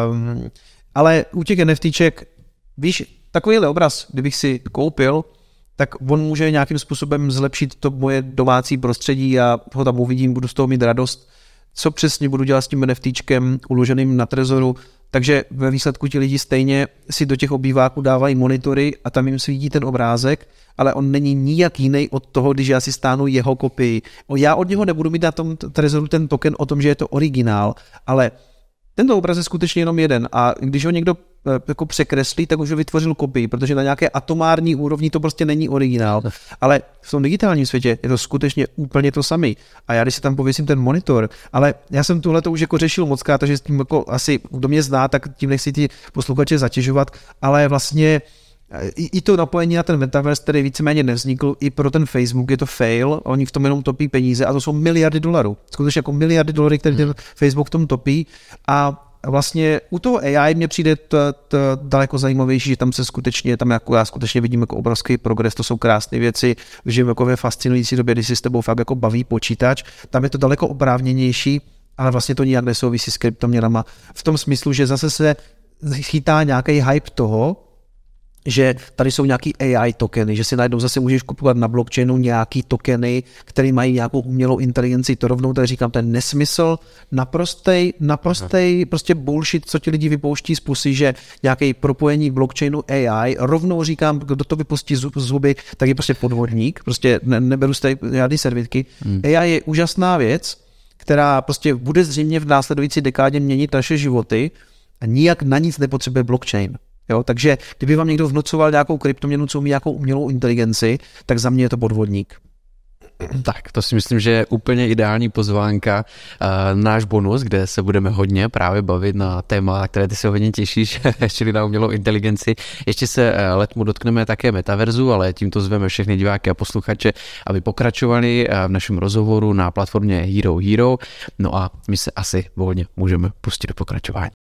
ale u těch NFTček, víš, takovýhle obraz, kdybych si koupil, tak on může nějakým způsobem zlepšit to moje domácí prostředí, já ho tam uvidím, budu z toho mít radost, co přesně budu dělat s tím NFTčkem uloženým na Trezoru, takže ve výsledku ti lidi stejně si do těch obýváků dávají monitory a tam jim svítí ten obrázek, ale on není nijak jiný od toho, když já si stáhnu jeho kopii. Já od něho nebudu mít na tom Trezoru ten token o tom, že je to originál, ale tento obraz je skutečně jenom jeden a když ho někdo jako překreslí, tak už ho vytvořil kopii, protože na nějaké atomární úrovni to prostě není originál. Ale v tom digitálním světě je to skutečně úplně to samé. A já když si tam pověsím ten monitor, ale já jsem tohle už jako řešil mockrát, takže s tím jako asi kdo mě zná, tak tím nechci ti posluchače zatěžovat, ale vlastně i to napojení na ten metaverse, který víceméně nevznikl, i pro ten Facebook je to fail, oni v tom jenom topí peníze a to jsou miliardy dolarů. Skutečně jako miliardy dolarů, které ten Facebook v tom topí a vlastně u toho AI mně přijde to daleko zajímavější, že tam se skutečně, tam jako já skutečně vidím jako obrovský progres, to jsou krásné věci, žijeme jako ve fascinující době, kdy si s tebou fakt jako baví počítač, tam je to daleko oprávněnější, ale vlastně to nijak nesouvisí s kryptoměnama v tom smyslu, že zase se chytá nějaký hype toho, že tady jsou nějaký AI tokeny, že si najednou zase můžeš kupovat na blockchainu nějaký tokeny, které mají nějakou umělou inteligenci, to rovnou tady říkám, ten nesmysl, naprostej prostě bullshit, co ti lidi vypouští z pusy, že nějaké propojení blockchainu AI, rovnou říkám, kdo to vypustí zuby, tak je prostě podvodník, prostě neberu z tady žádný servítky. AI je úžasná věc, která prostě bude zřejmě v následující dekádě měnit naše životy a nijak na nic nepotřebuje blockchain. Jo, takže kdyby vám někdo vnucoval nějakou kryptoměnu, co umí nějakou umělou inteligenci, tak za mě je to podvodník. Tak, to si myslím, že je úplně ideální pozvánka. Náš bonus, kde se budeme hodně právě bavit na téma, na které ty se hodně těšíš, čili na umělou inteligenci. Ještě se letmu dotkneme také metaverzu, ale tímto zveme všechny diváky a posluchače, aby pokračovali v našem rozhovoru na platformě Hero Hero. No a my se asi volně můžeme pustit do pokračování.